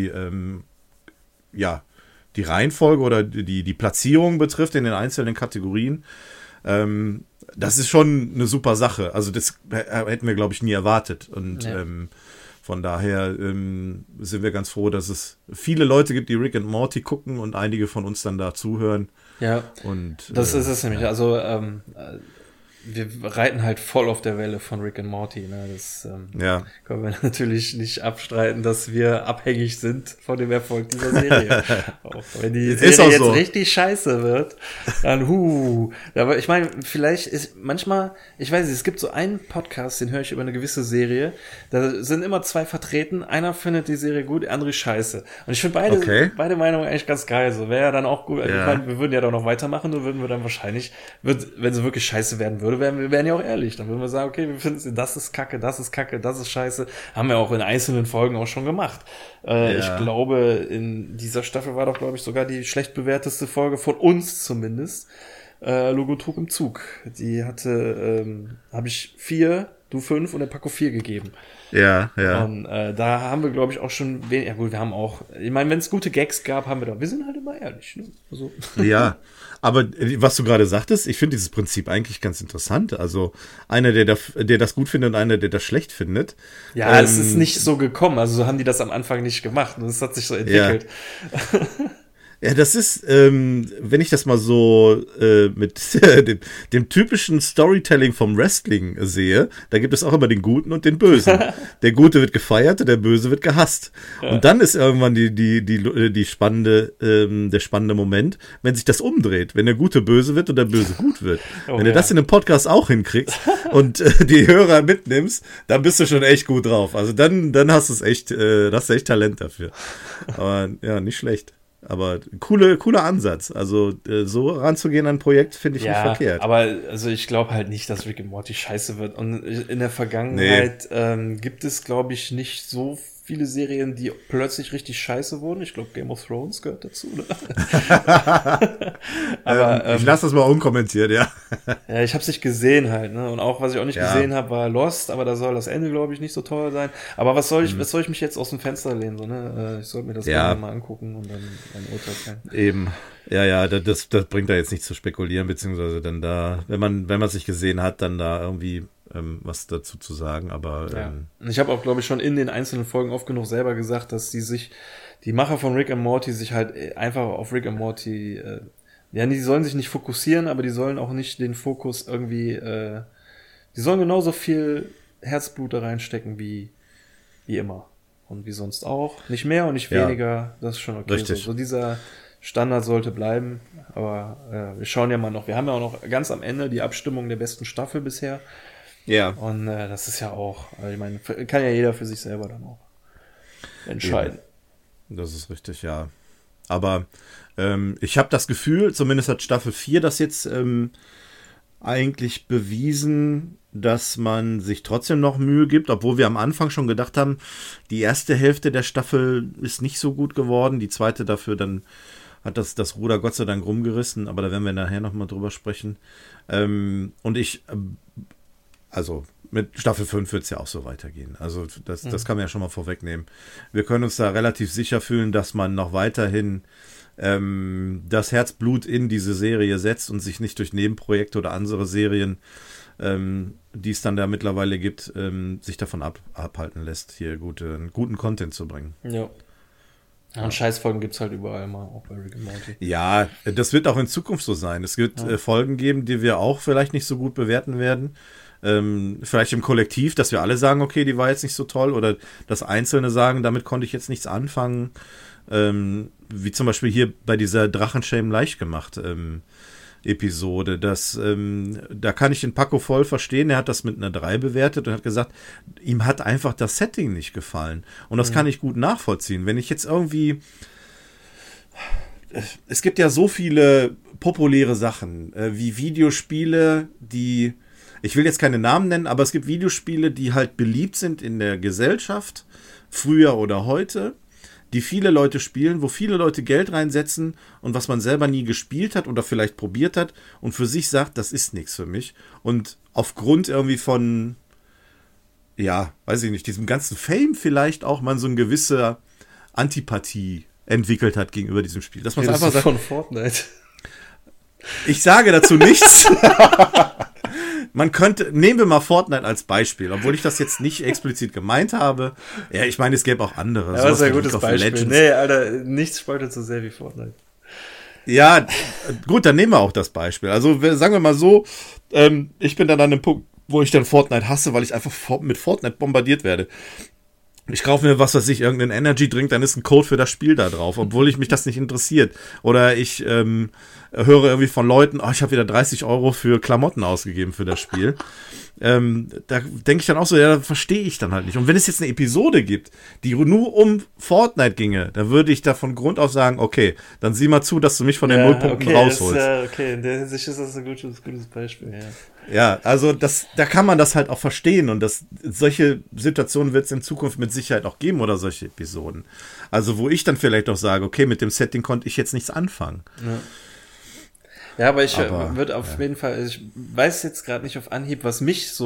Reihenfolge oder die Platzierung betrifft in den einzelnen Kategorien. Das ist schon eine super Sache. Also das hätten wir, glaube ich, nie erwartet. Und von daher sind wir ganz froh, dass es viele Leute gibt, die Rick and Morty gucken und einige von uns dann da zuhören. Ja, und das ist es nämlich. Also wir reiten halt voll auf der Welle von Rick and Morty. Ne? Das können wir natürlich nicht abstreiten, dass wir abhängig sind von dem Erfolg dieser Serie. Auch wenn die Serie jetzt richtig scheiße wird, dann Aber ich meine, vielleicht ist manchmal, ich weiß nicht, es gibt so einen Podcast, den höre ich über eine gewisse Serie, da sind immer 2 vertreten, einer findet die Serie gut, der andere scheiße. Und ich finde beide Meinungen eigentlich ganz geil. So wäre ja dann auch gut. Ja. Ich meine, wir würden ja doch noch weitermachen, nur würden wir dann wahrscheinlich, wenn sie wirklich scheiße werden würde, wir wären ja auch ehrlich. Dann würden wir sagen, okay, wir finden, das ist kacke, das ist scheiße. Haben wir auch in einzelnen Folgen auch schon gemacht. Ich glaube, in dieser Staffel war doch, glaube ich, sogar die schlecht bewerteste Folge von uns zumindest. Logotrug im Zug. Die hatte, habe ich 4, du 5 und der Paco 4 gegeben. Ja. Und da haben wir, glaube ich, auch schon wenig. Ja gut, wir haben auch, ich meine, wenn es gute Gags gab, wir sind halt immer ehrlich. Ne? Also. Ja, aber was du gerade sagtest, ich finde dieses Prinzip eigentlich ganz interessant. Also einer, der das gut findet und einer, der das schlecht findet. Ja, es ist nicht so gekommen. Also so haben die das am Anfang nicht gemacht. Und es hat sich so entwickelt. Ja. Ja, das ist, wenn ich das mal so mit dem typischen Storytelling vom Wrestling sehe, da gibt es auch immer den Guten und den Bösen. Der Gute wird gefeiert und der Böse wird gehasst. Ja. Und dann ist irgendwann der spannende Moment, wenn sich das umdreht, wenn der Gute böse wird und der Böse gut wird. Wenn du das in einem Podcast auch hinkriegst und die Hörer mitnimmst, dann bist du schon echt gut drauf. Also dann hast du echt Talent dafür. Aber ja, nicht schlecht. Aber cooler Ansatz. Also so ranzugehen an ein Projekt finde ich nicht verkehrt. Aber also ich glaube halt nicht, dass Rick and Morty scheiße wird. Und in der Vergangenheit gibt es, glaube ich, nicht so viele Serien, die plötzlich richtig scheiße wurden. Ich glaube, Game of Thrones gehört dazu, oder? Aber ich lasse das mal unkommentiert, ja. Ja, ich habe es nicht gesehen halt, ne? Und auch, was ich auch nicht gesehen habe, war Lost, aber da soll das Ende, glaube ich, nicht so toll sein. Aber was soll ich mich jetzt aus dem Fenster lehnen, so, ne? Ich sollte mir das gerne mal angucken und dann ein Urteil fällen. Eben. Ja, das bringt da jetzt nicht zu spekulieren, beziehungsweise dann da, wenn man es nicht gesehen hat, dann da irgendwie was dazu zu sagen, aber ich habe auch, glaube ich, schon in den einzelnen Folgen oft genug selber gesagt, dass die Macher von Rick and Morty sich halt einfach auf Rick and Morty, die sollen sich nicht fokussieren, aber die sollen auch nicht den Fokus irgendwie, die sollen genauso viel Herzblut da reinstecken wie immer und wie sonst auch, nicht mehr und nicht weniger, das ist schon okay. Richtig. So dieser Standard sollte bleiben, aber wir schauen ja mal noch, wir haben ja auch noch ganz am Ende die Abstimmung der besten Staffel bisher. Ja. Und das ist ja auch, ich meine, kann ja jeder für sich selber dann auch entscheiden. Ja, das ist richtig, ja. Aber ich habe das Gefühl, zumindest hat Staffel 4 das jetzt eigentlich bewiesen, dass man sich trotzdem noch Mühe gibt, obwohl wir am Anfang schon gedacht haben, die erste Hälfte der Staffel ist nicht so gut geworden, die zweite dafür dann hat das Ruder Gott sei Dank rumgerissen, aber da werden wir nachher nochmal drüber sprechen. Und also mit Staffel 5 wird es ja auch so weitergehen. Also das kann man ja schon mal vorwegnehmen. Wir können uns da relativ sicher fühlen, dass man noch weiterhin das Herzblut in diese Serie setzt und sich nicht durch Nebenprojekte oder andere Serien, die es dann da mittlerweile gibt, sich davon abhalten lässt, hier guten Content zu bringen. Ja. Und Scheißfolgen gibt es halt überall mal, auch bei Rick and Morty. Ja, das wird auch in Zukunft so sein. Es wird Folgen geben, die wir auch vielleicht nicht so gut bewerten werden. Vielleicht im Kollektiv, dass wir alle sagen, okay, die war jetzt nicht so toll, oder dass Einzelne sagen, damit konnte ich jetzt nichts anfangen. Wie zum Beispiel hier bei dieser Drachenschämen leicht gemacht Episode. Da kann ich den Paco voll verstehen. Er hat das mit einer 3 bewertet und hat gesagt, ihm hat einfach das Setting nicht gefallen. Und das kann ich gut nachvollziehen. Wenn ich jetzt irgendwie... Es gibt ja so viele populäre Sachen, wie Videospiele, die... Ich will jetzt keine Namen nennen, aber es gibt Videospiele, die halt beliebt sind in der Gesellschaft, früher oder heute, die viele Leute spielen, wo viele Leute Geld reinsetzen und was man selber nie gespielt hat oder vielleicht probiert hat und für sich sagt, das ist nichts für mich. Und aufgrund irgendwie von, ja, weiß ich nicht, diesem ganzen Fame vielleicht auch man so eine gewisse Antipathie entwickelt hat gegenüber diesem Spiel. Dass man einfach sagt, von Fortnite. Ich sage dazu nichts. Nehmen wir mal Fortnite als Beispiel, obwohl ich das jetzt nicht explizit gemeint habe. Ja, ich meine, es gäbe auch andere. Ja, das ist ein gutes Beispiel. Nee, Alter, nichts spaltet so sehr wie Fortnite. Ja, gut, dann nehmen wir auch das Beispiel. Also sagen wir mal so, ich bin dann an einem Punkt, wo ich dann Fortnite hasse, weil ich einfach mit Fortnite bombardiert werde. Ich kaufe mir, was weiß ich, irgendeinen Energy-Drink, dann ist ein Code für das Spiel da drauf, obwohl mich das nicht interessiert. Oder ich höre irgendwie von Leuten, ich habe wieder 30 € für Klamotten ausgegeben für das Spiel. Da denke ich dann auch so, ja, verstehe ich dann halt nicht. Und wenn es jetzt eine Episode gibt, die nur um Fortnite ginge, dann würde ich da von Grund auf sagen, okay, dann sieh mal zu, dass du mich von den Nullpunkten rausholst. Okay, in der Hinsicht ist das ein gutes Beispiel, ja. Ja, also da kann man das halt auch verstehen und solche Situationen wird es in Zukunft mit Sicherheit auch geben oder solche Episoden. Also wo ich dann vielleicht auch sage, okay, mit dem Setting konnte ich jetzt nichts anfangen. Ja, aber ich würde auf jeden Fall, ich weiß jetzt gerade nicht auf Anhieb, was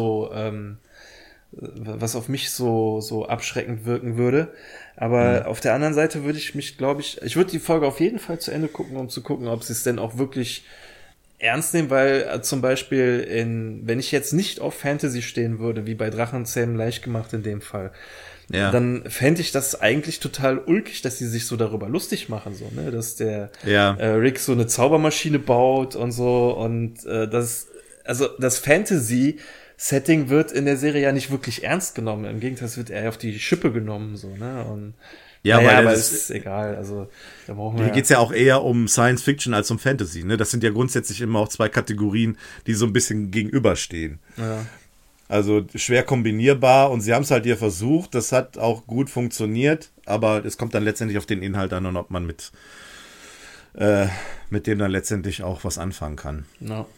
auf mich so abschreckend wirken würde. Aber auf der anderen Seite würde ich mich, glaube ich würde die Folge auf jeden Fall zu Ende gucken, um zu gucken, ob sie es denn auch wirklich ernst nehmen, weil zum Beispiel wenn ich jetzt nicht auf Fantasy stehen würde, wie bei Drachenzähmen leicht gemacht in dem Fall, dann fände ich das eigentlich total ulkig, dass die sich so darüber lustig machen, so, ne, dass der Rick so eine Zaubermaschine baut und so und das Fantasy-Setting wird in der Serie ja nicht wirklich ernst genommen. Im Gegenteil, es wird eher auf die Schippe genommen, so, ne, und aber es ist egal, also da brauchen wir. Hier geht's ja auch eher um Science Fiction als um Fantasy, ne? Das sind ja grundsätzlich immer auch zwei Kategorien, die so ein bisschen gegenüberstehen. Ja. Also schwer kombinierbar und sie haben es halt hier versucht, das hat auch gut funktioniert, aber es kommt dann letztendlich auf den Inhalt an und ob man mit dem dann letztendlich auch was anfangen kann. Ja.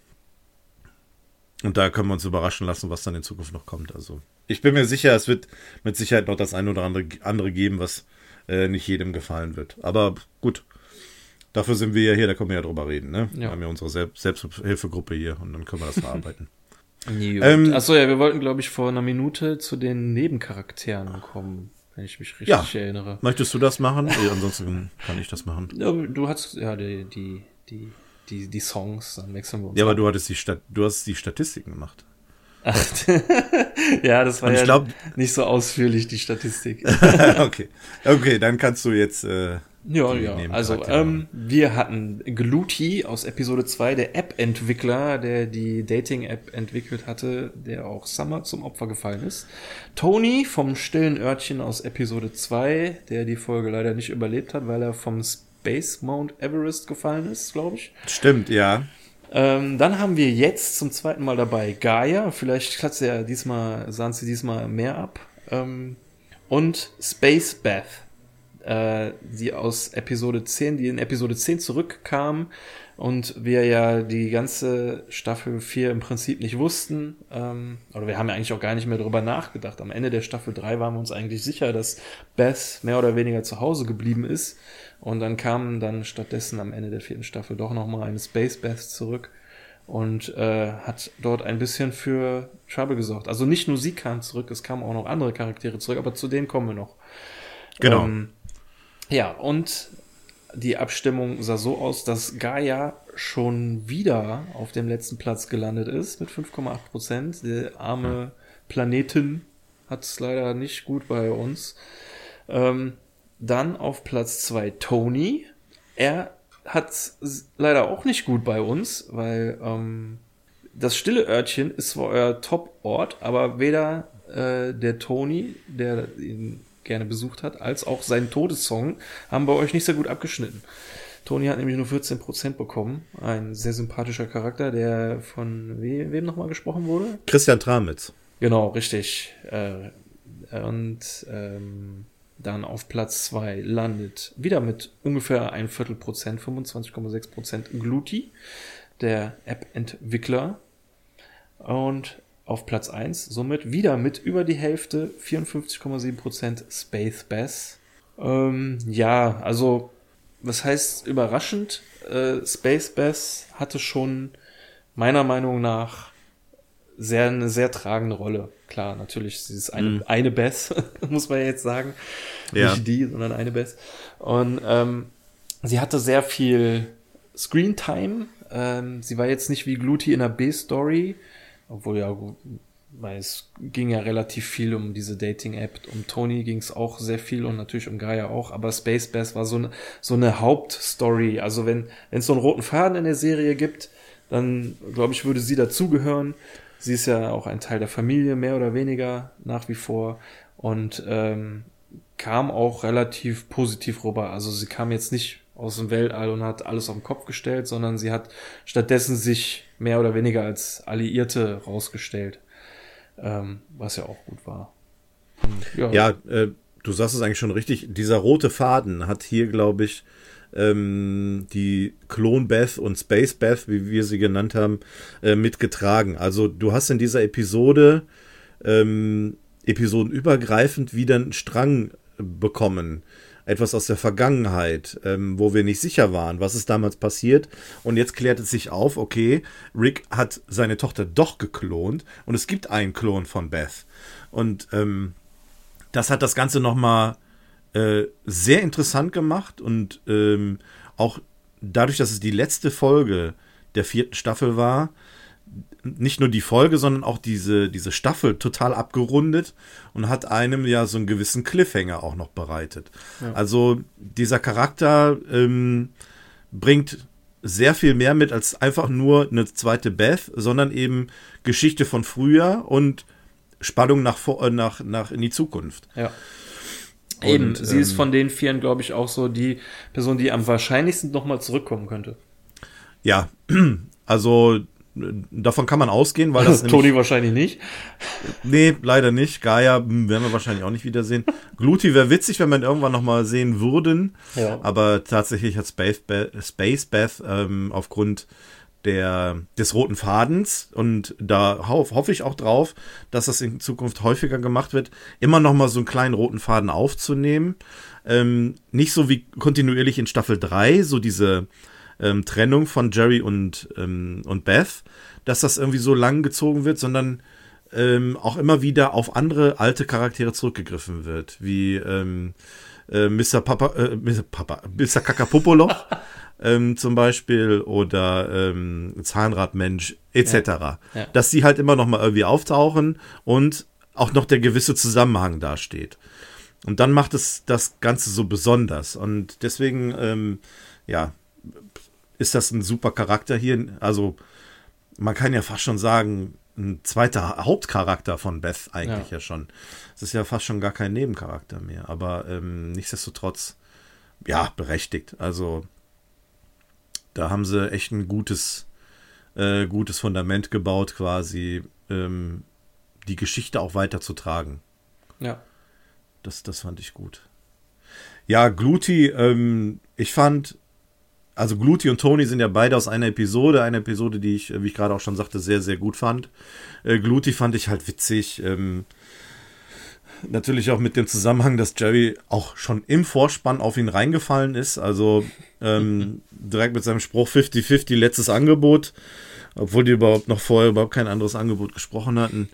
Und da können wir uns überraschen lassen, was dann in Zukunft noch kommt. Also ich bin mir sicher, es wird mit Sicherheit noch das eine oder andere geben, was nicht jedem gefallen wird. Aber gut, dafür sind wir ja hier, da können wir ja drüber reden. Ne? Ja. Wir haben ja unsere Selbsthilfegruppe hier und dann können wir das verarbeiten. Achso, ja, wir wollten, glaube ich, vor einer Minute zu den Nebencharakteren kommen, wenn ich mich richtig erinnere. Möchtest du das machen? Ansonsten kann ich das machen. Ja, du hast ja die Songs, dann wechseln wir uns. Ja, aber du hast die Statistiken gemacht. Ach, ja, das war ja nicht so ausführlich, die Statistik. Okay, dann kannst du jetzt also wir hatten Gluty aus Episode 2, der App-Entwickler, der die Dating-App entwickelt hatte, der auch Summer zum Opfer gefallen ist. Tony vom stillen Örtchen aus Episode 2, der die Folge leider nicht überlebt hat, weil er vom Space Mount Everest gefallen ist, glaube ich. Stimmt, ja. Dann haben wir jetzt zum zweiten Mal dabei Gaia, vielleicht sahen sie diesmal mehr ab, und Space Beth, die aus Episode 10, die in Episode 10 zurückkam und wir ja die ganze Staffel 4 im Prinzip nicht wussten, oder wir haben ja eigentlich auch gar nicht mehr drüber nachgedacht. Am Ende der Staffel 3 waren wir uns eigentlich sicher, dass Beth mehr oder weniger zu Hause geblieben ist. Und dann kam dann stattdessen am Ende der 4. Staffel doch nochmal eine Space Beth zurück und hat dort ein bisschen für Trouble gesorgt. Also nicht nur sie kam zurück, es kamen auch noch andere Charaktere zurück, aber zu denen kommen wir noch. Genau. Ja, und die Abstimmung sah so aus, dass Gaia schon wieder auf dem letzten Platz gelandet ist mit 5,8%. Der arme Planeten hat es leider nicht gut bei uns. Dann auf Platz 2 Tony. Er hat es leider auch nicht gut bei uns, weil das stille Örtchen ist zwar euer Top-Ort, aber weder der Tony, der ihn gerne besucht hat, als auch sein Todessong haben bei euch nicht sehr gut abgeschnitten. Tony hat nämlich nur 14% bekommen. Ein sehr sympathischer Charakter, der von wem nochmal gesprochen wurde? Christian Tramitz. Genau, richtig. Dann auf Platz 2 landet wieder mit ungefähr 1/4%, 25,6% Gluty, der App-Entwickler. Und auf Platz 1 somit wieder mit über die Hälfte, 54,7% Space Bass. Ja, also was heißt überraschend? Space Bass hatte schon meiner Meinung nach eine sehr tragende Rolle. Klar, natürlich, sie ist eine Bass, muss man jetzt sagen. Ja. Nicht die, sondern eine Bass. Und sie hatte sehr viel Screentime. Sie war jetzt nicht wie Gluty in der B-Story, obwohl ja, weil es ging ja relativ viel um diese Dating-App. Um Tony ging es auch sehr viel und natürlich um Gaia auch. Aber Space Bass war so eine Hauptstory. Also wenn es so einen roten Faden in der Serie gibt, dann glaube ich, würde sie dazugehören. Sie ist ja auch ein Teil der Familie, mehr oder weniger nach wie vor. Und kam auch relativ positiv rüber. Also sie kam jetzt nicht aus dem Weltall und hat alles auf den Kopf gestellt, sondern sie hat stattdessen sich mehr oder weniger als Alliierte rausgestellt, was ja auch gut war. Du sagst es eigentlich schon richtig. Dieser rote Faden hat hier, glaube ich, die Klon Beth und Space Beth, wie wir sie genannt haben, mitgetragen. Also du hast in dieser Episode episodenübergreifend wieder einen Strang bekommen. Etwas aus der Vergangenheit, wo wir nicht sicher waren, was ist damals passiert. Und jetzt klärt es sich auf, okay, Rick hat seine Tochter doch geklont und es gibt einen Klon von Beth. Und das hat das Ganze nochmal sehr interessant gemacht und auch dadurch, dass es die letzte Folge der 4. Staffel war, nicht nur die Folge, sondern auch diese Staffel total abgerundet und hat einem ja so einen gewissen Cliffhanger auch noch bereitet. Ja. Also dieser Charakter bringt sehr viel mehr mit als einfach nur eine zweite Beth, sondern eben Geschichte von früher und Spannung nach in die Zukunft. Ja. Eben, sie ist von den 4, glaube ich, auch so die Person, die am wahrscheinlichsten nochmal zurückkommen könnte. Ja, also davon kann man ausgehen, weil das Toni wahrscheinlich nicht. Nee, leider nicht. Gaia werden wir wahrscheinlich auch nicht wiedersehen. Gluty wäre witzig, wenn wir ihn irgendwann nochmal sehen würden. Ja. Aber tatsächlich hat Space Beth aufgrund des roten Fadens, und da hoffe ich auch drauf, dass das in Zukunft häufiger gemacht wird, immer nochmal so einen kleinen roten Faden aufzunehmen. Nicht so wie kontinuierlich in Staffel 3, so diese Trennung von Jerry und Beth, dass das irgendwie so lang gezogen wird, sondern auch immer wieder auf andere alte Charaktere zurückgegriffen wird, wie Mr. Kakapopoloch zum Beispiel oder Zahnradmensch etc. Ja. Ja. Dass sie halt immer noch mal irgendwie auftauchen und auch noch der gewisse Zusammenhang dasteht. Und dann macht es das Ganze so besonders. Und deswegen, ist das ein super Charakter hier. Also man kann ja fast schon sagen, ein zweiter Hauptcharakter von Beth eigentlich ja schon. Es ist ja fast schon gar kein Nebencharakter mehr. Aber nichtsdestotrotz, ja, berechtigt. Also da haben sie echt ein gutes Fundament gebaut, quasi die Geschichte auch weiterzutragen. Ja. Das fand ich gut. Ja, Gluty, ich fand, also Gluty und Toni sind ja beide aus einer Episode, die ich, wie ich gerade auch schon sagte, sehr, sehr gut fand. Gluty fand ich halt witzig. Natürlich auch mit dem Zusammenhang, dass Jerry auch schon im Vorspann auf ihn reingefallen ist. Also direkt mit seinem Spruch 50-50 letztes Angebot, obwohl die vorher überhaupt kein anderes Angebot gesprochen hatten.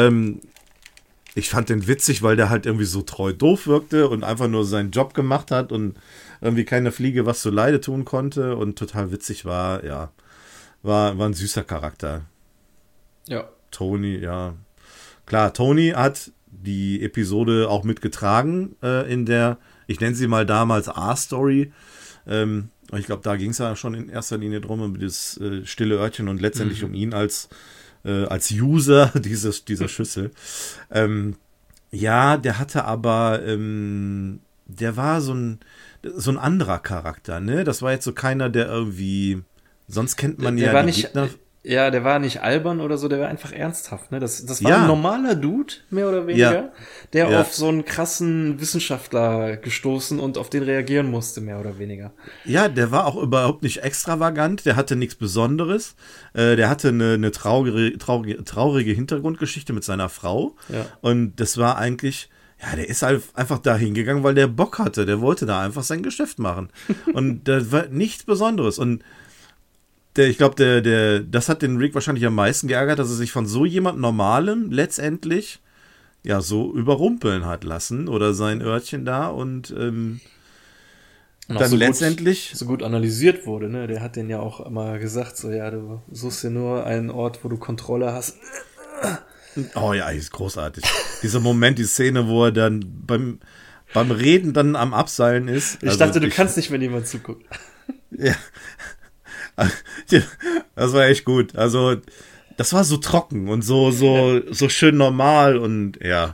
Ich fand den witzig, weil der halt irgendwie so treu doof wirkte und einfach nur seinen Job gemacht hat und irgendwie keine Fliege was zu Leide tun konnte und total witzig war. Ja, war ein süßer Charakter. Ja. Toni, ja. Klar, Toni hat die Episode auch mitgetragen in der, ich nenne sie mal damals A-Story. Ich glaube, da ging es ja schon in erster Linie drum, um das stille Örtchen und letztendlich um ihn als User dieser Schüssel. Ja, der hatte aber, der war so ein anderer Charakter, ne? Das war jetzt so keiner, der irgendwie, sonst kennt man ja die Gegner. Ja, der war nicht albern oder so, der war einfach ernsthaft, ne? Das war ein normaler Dude, mehr oder weniger, der auf so einen krassen Wissenschaftler gestoßen und auf den reagieren musste, mehr oder weniger. Ja, der war auch überhaupt nicht extravagant, der hatte nichts Besonderes, der hatte eine traurige Hintergrundgeschichte mit seiner Frau und das war eigentlich, ja, der ist halt einfach da hingegangen, weil der Bock hatte, der wollte da einfach sein Geschäft machen und das war nichts Besonderes und ich glaube, das hat den Rick wahrscheinlich am meisten geärgert, dass er sich von so jemand Normalem letztendlich ja so überrumpeln hat lassen oder sein Örtchen da und dann so letztendlich so gut analysiert wurde, ne? Der hat den ja auch immer gesagt, so ja, du suchst dir nur einen Ort, wo du Kontrolle hast. Oh ja, ist großartig. Dieser Moment, die Szene, wo er dann beim Reden dann am Abseilen ist. Ich dachte, du kannst nicht, wenn jemand zuguckt. Ja. Das war echt gut. Also, das war so trocken und so schön normal und ja.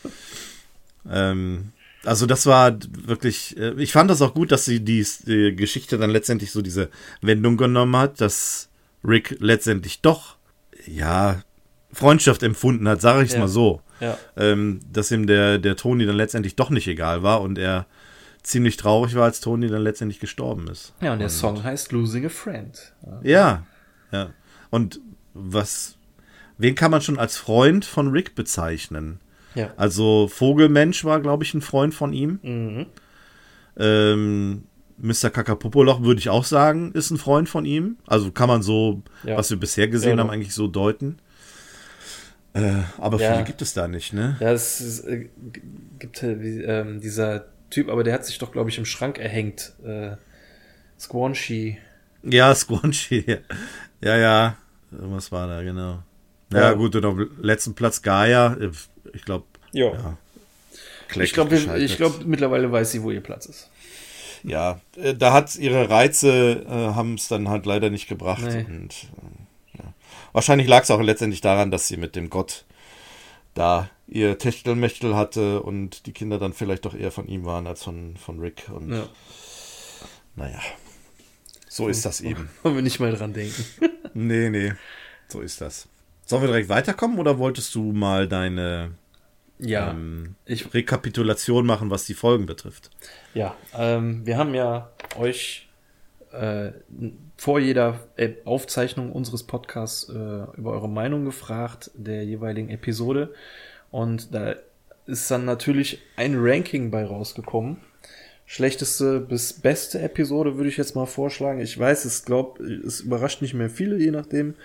Also, das war wirklich, ich fand das auch gut, dass sie die Geschichte dann letztendlich so diese Wendung genommen hat, dass Rick letztendlich doch, ja, Freundschaft empfunden hat, sage ich es mal so. Ja. Dass ihm der Toni dann letztendlich doch nicht egal war und er ziemlich traurig war, als Toni dann letztendlich gestorben ist. Ja, und der Song heißt Losing a Friend. Ja. Und wen kann man schon als Freund von Rick bezeichnen? Ja. Also Vogelmensch war, glaube ich, ein Freund von ihm. Mr. Kakapopoloch würde ich auch sagen, ist ein Freund von ihm. Also kann man so, was wir bisher gesehen haben, eigentlich so deuten. Aber viele gibt es da nicht, ne? Ja, es gibt dieser Typ, aber der hat sich doch, glaube ich, im Schrank erhängt. Squanchy. Ja, Squanchy. Ja, was war da, genau. Ja, gut, und auf dem letzten Platz Gaia, ich glaube, ja. Ich glaube, mittlerweile weiß sie, wo ihr Platz ist. Ja, da hat ihre Reize, haben es dann halt leider nicht gebracht. Nee. Und wahrscheinlich lag es auch letztendlich daran, dass sie mit dem Gott da ihr Techtelmechtel hatte und die Kinder dann vielleicht doch eher von ihm waren als von Rick. Und naja, so ist das eben. Wollen wir nicht mal dran denken. Nee, so ist das. Sollen wir direkt weiterkommen oder wolltest du mal deine Rekapitulation machen, was die Folgen betrifft? Ja, wir haben ja euch vor jeder Aufzeichnung unseres Podcasts über eure Meinung gefragt, der jeweiligen Episode. Und da ist dann natürlich ein Ranking bei rausgekommen. Schlechteste bis beste Episode würde ich jetzt mal vorschlagen. Ich weiß, es überrascht nicht mehr viele, je nachdem.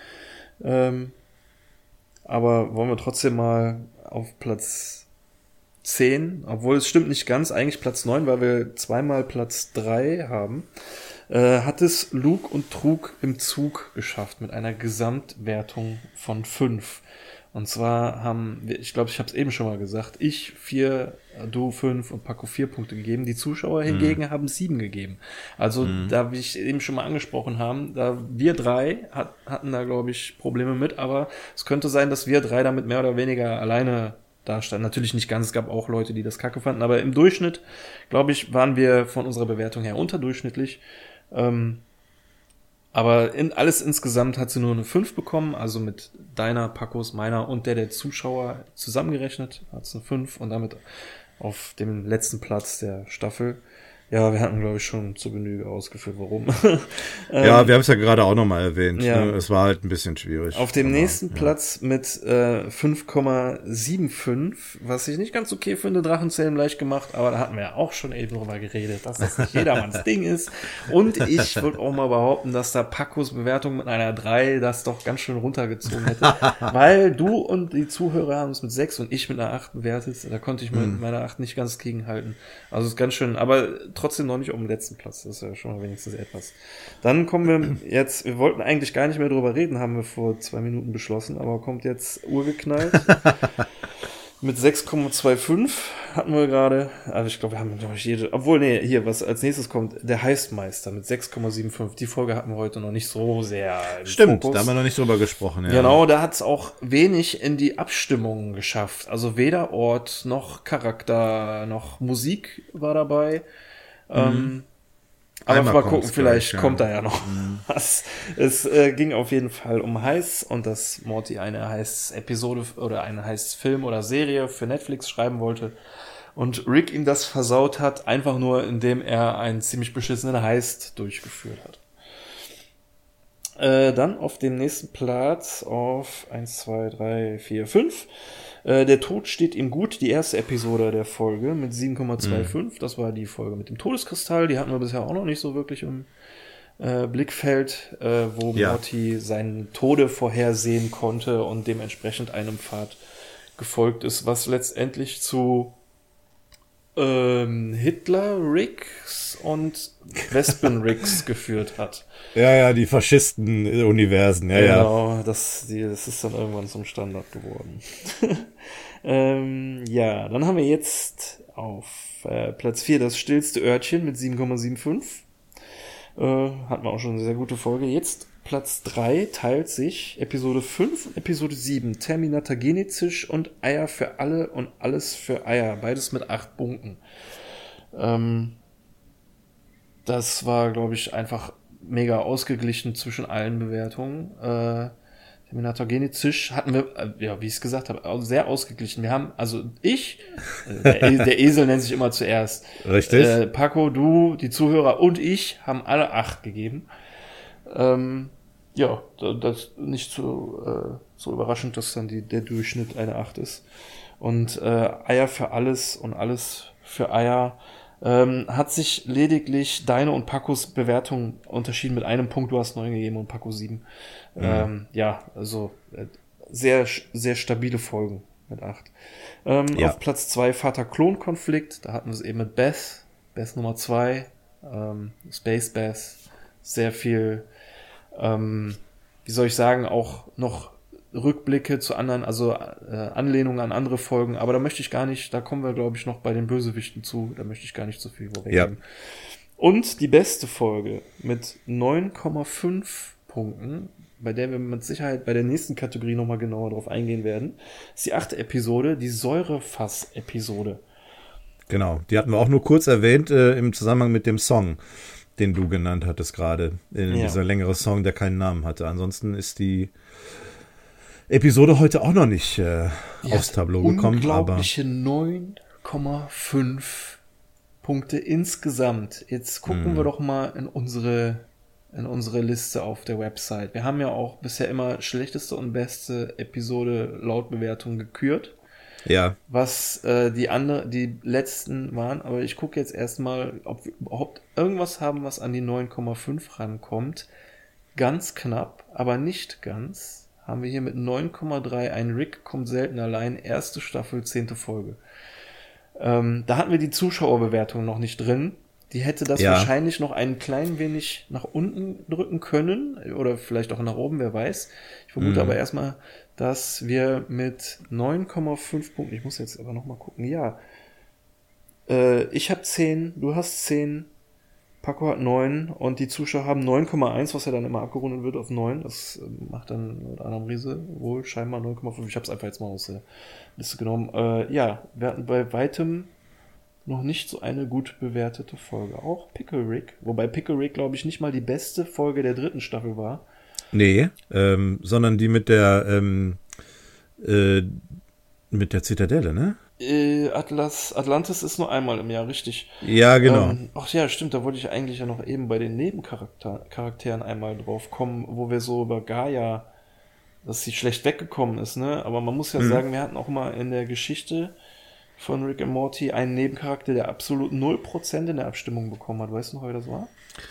Aber wollen wir trotzdem mal auf Platz 10, obwohl es stimmt nicht ganz, eigentlich Platz 9, weil wir zweimal Platz 3 haben, hat es Lug und Trug im Zug geschafft mit einer Gesamtwertung von 5. Und zwar haben wir, ich glaube, ich habe es eben schon mal gesagt, ich 4, du 5 und Paco 4 Punkte gegeben. Die Zuschauer hingegen haben 7 gegeben. Also da, wie ich eben schon mal angesprochen haben, da wir 3 hatten da, glaube ich, Probleme mit, aber es könnte sein, dass wir 3 damit mehr oder weniger alleine dastanden. Natürlich nicht ganz, es gab auch Leute, die das kacke fanden, aber im Durchschnitt, glaube ich, waren wir von unserer Bewertung her unterdurchschnittlich. Aber alles insgesamt hat sie nur eine 5 bekommen, also mit deiner, Pacos, meiner und der Zuschauer zusammengerechnet hat es eine 5 und damit auf dem letzten Platz der Staffel. Ja, wir hatten, glaube ich, schon zur Genüge ausgeführt, warum. Ja, wir haben es ja gerade auch nochmal erwähnt. Ja. Ne? Es war halt ein bisschen schwierig. Auf dem nächsten Platz mit 5,75, was ich nicht ganz okay finde, Drachenzähmen leicht gemacht, aber da hatten wir ja auch schon eben drüber geredet, dass das nicht jedermanns Ding ist. Und ich würde auch mal behaupten, dass da Pacos Bewertung mit einer 3 das doch ganz schön runtergezogen hätte. Weil du und die Zuhörer haben es mit 6 und ich mit einer 8 bewertet. Da konnte ich mit meiner 8 nicht ganz gegenhalten. Also es ist ganz schön, aber trotzdem noch nicht um den letzten Platz. Das ist ja schon mal wenigstens etwas. Dann kommen wir jetzt, wir wollten eigentlich gar nicht mehr drüber reden, haben wir vor 2 Minuten beschlossen, aber kommt jetzt urgeknallt. Mit 6,25 hatten wir gerade, also ich glaube, wir haben, glaube ich, hier, was als nächstes kommt, der Heistmeister mit 6,75. Die Folge hatten wir heute noch nicht so sehr im Stimmt, Fokus. da haben wir noch nicht drüber gesprochen. Ja. Genau, da hat es auch wenig in die Abstimmungen geschafft. Also weder Ort, noch Charakter, noch Musik war dabei. Aber mal gucken, vielleicht kommt da ja noch was. Es ging auf jeden Fall um Heiß und dass Morty eine Heiß-Episode oder eine Heiß-Film oder Serie für Netflix schreiben wollte und Rick ihm das versaut hat, einfach nur indem er einen ziemlich beschissenen Heist durchgeführt hat. Dann auf dem nächsten Platz auf 1, 2, 3, 4, 5. Der Tod steht ihm gut, die erste Episode der Folge mit 7,25. Das war die Folge mit dem Todeskristall. Die hatten wir bisher auch noch nicht so wirklich im Blickfeld, wo Morty seinen Tode vorhersehen konnte und dementsprechend einem Pfad gefolgt ist, was letztendlich zu Hitler-Ricks und Wespen-Ricks geführt hat. Ja, die Faschisten-Universen, ja. Genau, das ist dann irgendwann zum Standard geworden. Dann haben wir jetzt auf Platz 4 das stillste Örtchen mit 7,75. Hatten wir auch schon eine sehr gute Folge. Jetzt Platz 3 teilt sich Episode 5 und Episode 7. Terminator Genezisch und Eier für alle und alles für Eier. Beides mit 8 Punkten. Das war, glaube ich, einfach mega ausgeglichen zwischen allen Bewertungen. Terminator Genezisch hatten wir, wie ich es gesagt habe, sehr ausgeglichen. Wir haben, also der Esel nennt sich immer zuerst. Richtig. Paco, du, die Zuhörer und ich haben alle 8 gegeben. Das nicht so überraschend, dass dann der Durchschnitt eine 8 ist. Und Eier für alles und alles für Eier hat sich lediglich deine und Pacos Bewertung unterschieden mit einem Punkt. Du hast 9 gegeben und Paco 7. Sehr, sehr stabile Folgen mit 8. Auf Platz 2 Vater-Klon-Konflikt. Da hatten wir es eben mit Beth Nummer 2, Space Beth. Sehr viel wie soll ich sagen, auch noch Rückblicke zu anderen, also Anlehnungen an andere Folgen, aber da kommen wir, glaube ich, noch bei den Bösewichten zu, da möchte ich gar nicht so viel vorwegnehmen. Ja. Und die beste Folge mit 9,5 Punkten, bei der wir mit Sicherheit bei der nächsten Kategorie nochmal genauer drauf eingehen werden, ist die 8. Episode, die Säurefass-Episode. Genau, die hatten wir auch nur kurz erwähnt im Zusammenhang mit dem Song, den du genannt hattest gerade. Dieser längere Song, der keinen Namen hatte. Ansonsten ist die Episode heute auch noch nicht aufs Tableau gekommen. Unglaubliche 9,5 Punkte insgesamt. Jetzt gucken wir doch mal in unsere Liste auf der Website. Wir haben ja auch bisher immer schlechteste und beste Episode laut Bewertung gekürt. Ja. Was die letzten waren, aber ich gucke jetzt erstmal, ob wir überhaupt irgendwas haben, was an die 9,5 rankommt. Ganz knapp, aber nicht ganz, haben wir hier mit 9,3 ein Rick kommt selten allein, 1. Staffel, 10. Folge. Da hatten wir die Zuschauerbewertung noch nicht drin. Die hätte das wahrscheinlich noch ein klein wenig nach unten drücken können oder vielleicht auch nach oben, wer weiß. Ich vermute aber erstmal, dass wir mit 9,5 Punkten, ich muss jetzt aber nochmal gucken, ich habe 10, du hast 10, Paco hat 9 und die Zuschauer haben 9,1, was ja dann immer abgerundet wird auf 9. Das macht dann Adam Riese wohl scheinbar 9,5. Ich habe es einfach jetzt mal aus der Liste genommen. Wir hatten bei weitem noch nicht so eine gut bewertete Folge. Auch Pickle Rick, wobei Pickle Rick, glaube ich, nicht mal die beste Folge der 3. Staffel war. Nee, sondern die mit der Zitadelle, ne? Atlantis ist nur einmal im Jahr, richtig. Ja, genau. Ach ja, stimmt, da wollte ich eigentlich ja noch eben bei den Nebencharakteren einmal drauf kommen, wo wir so über Gaia, dass sie schlecht weggekommen ist, ne? Aber man muss ja sagen, wir hatten auch mal in der Geschichte von Rick and Morty einen Nebencharakter, der absolut 0% in der Abstimmung bekommen hat. Weißt du noch, wer das war?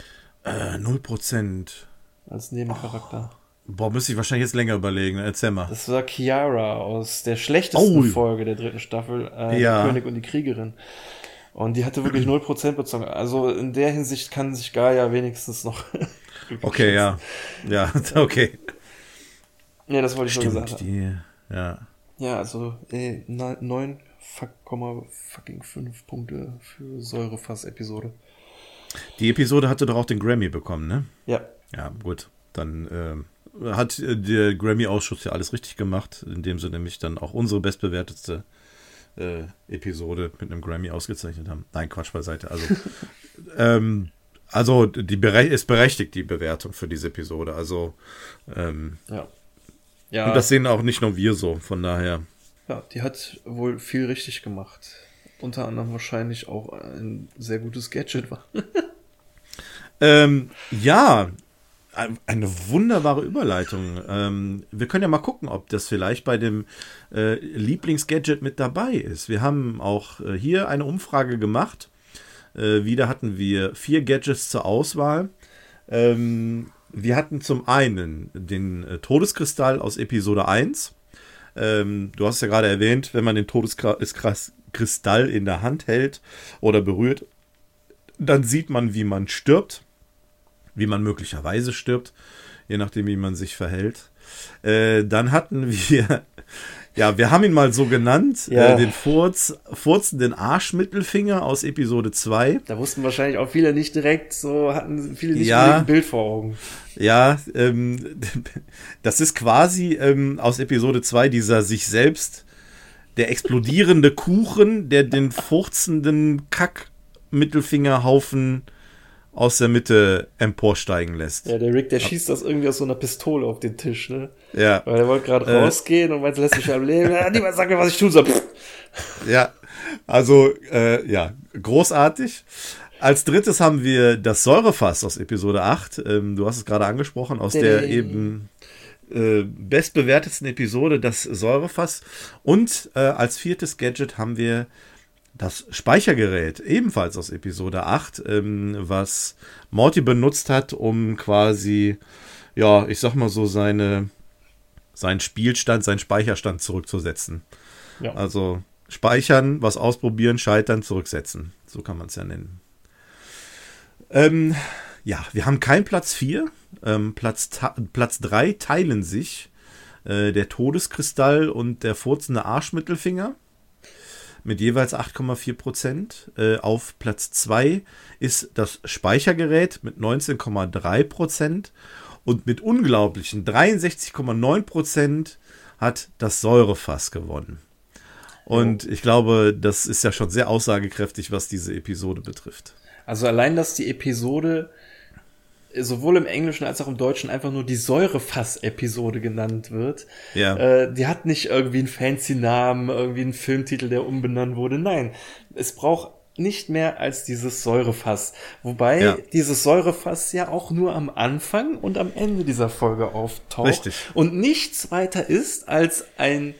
0%. Als Nebencharakter. Müsste ich wahrscheinlich jetzt länger überlegen. Erzähl mal. Das war Chiara aus der schlechtesten Folge der 3. Staffel, der König und die Kriegerin. Und die hatte wirklich 0% bezogen. Also in der Hinsicht kann sich Gaia wenigstens noch okay, ja. Ja, okay. Ja, das wollte ich nur gesagt haben. Ja, also 9,5 Punkte für Säurefass-Episode. Die Episode hatte doch auch den Grammy bekommen, ne? Ja. Ja, gut. Dann hat der Grammy-Ausschuss ja alles richtig gemacht, indem sie nämlich dann auch unsere bestbewertetste Episode mit einem Grammy ausgezeichnet haben. Nein, Quatsch beiseite. Also, ist berechtigt, die Bewertung für diese Episode. Also, ja. Und das sehen auch nicht nur wir so, von daher. Ja, die hat wohl viel richtig gemacht. Unter anderem wahrscheinlich auch ein sehr gutes Gadget war. Ja, eine wunderbare Überleitung. Wir können ja mal gucken, ob das vielleicht bei dem Lieblingsgadget mit dabei ist. Wir haben auch hier eine Umfrage gemacht. Wieder hatten wir 4 Gadgets zur Auswahl. Wir hatten zum einen den Todeskristall aus Episode 1. Du hast ja gerade erwähnt, wenn man den Todeskristall in der Hand hält oder berührt, dann sieht man, wie man stirbt. Wie man möglicherweise stirbt, je nachdem, wie man sich verhält. Dann hatten wir, wir haben ihn mal so genannt, den furzenden Arschmittelfinger aus Episode 2. Da wussten wahrscheinlich auch viele nicht direkt, hatten viele nicht ein Bild vor Augen. Ja, das ist quasi aus Episode 2 dieser sich selbst, der explodierende Kuchen, der den furzenden Kack-Mittelfingerhaufen aus der Mitte emporsteigen lässt. Ja, der Rick, der schießt das irgendwie aus so einer Pistole auf den Tisch, ne? Ja. Weil er wollte gerade rausgehen und meinte, lässt mich am Leben. Niemand sagt mir, was ich tun soll. Ja, also, großartig. Als drittes haben wir das Säurefass aus Episode 8. Du hast es gerade angesprochen, aus der eben bestbewertetsten Episode, das Säurefass. Und als viertes Gadget haben wir das Speichergerät, ebenfalls aus Episode 8, was Morty benutzt hat, um quasi, ich sag mal so, seinen Spielstand, seinen Speicherstand zurückzusetzen. Ja. Also speichern, was ausprobieren, scheitern, zurücksetzen. So kann man es ja nennen. Wir haben keinen Platz 4. Platz 3 teilen sich der Todeskristall und der furzende Arschmittelfinger mit jeweils 8,4%. Auf Platz 2 ist das Speichergerät mit 19,3% und mit unglaublichen 63,9% hat das Säurefass gewonnen. Und ich glaube, das ist ja schon sehr aussagekräftig, was diese Episode betrifft. Also allein, dass die Episode sowohl im Englischen als auch im Deutschen einfach nur die Säurefass-Episode genannt wird. Ja. Die hat nicht irgendwie einen fancy Namen, irgendwie einen Filmtitel, der umbenannt wurde. Nein, es braucht nicht mehr als dieses Säurefass. Wobei dieses Säurefass ja auch nur am Anfang und am Ende dieser Folge auftaucht. Richtig. Und nichts weiter ist als ein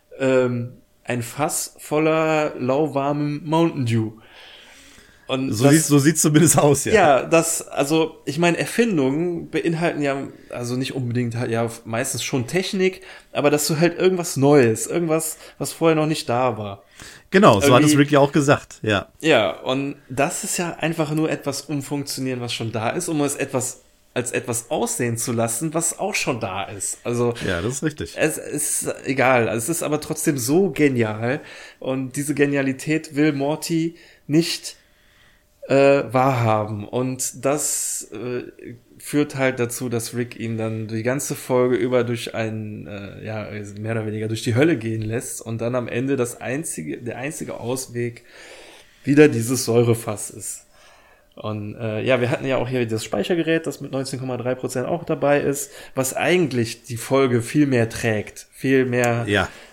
Fass voller lauwarmem Mountain Dew. Und so sieht's zumindest aus, ja. Ja, also ich meine, Erfindungen beinhalten ja, also nicht unbedingt halt ja meistens schon Technik, aber dass du halt irgendwas Neues, irgendwas, was vorher noch nicht da war. Genau, so hat es Rick ja auch gesagt, ja. Ja, und das ist ja einfach nur etwas umfunktionieren, was schon da ist, um es als etwas aussehen zu lassen, was auch schon da ist. Also ja, das ist richtig. Es ist egal, es ist aber trotzdem so genial und diese Genialität will Morty nicht wahrhaben und das führt halt dazu, dass Rick ihn dann die ganze Folge über durch mehr oder weniger durch die Hölle gehen lässt und dann am Ende der einzige Ausweg wieder dieses Säurefass ist. Und wir hatten ja auch hier das Speichergerät, das mit 19,3% auch dabei ist, was eigentlich die Folge viel mehr trägt, viel mehr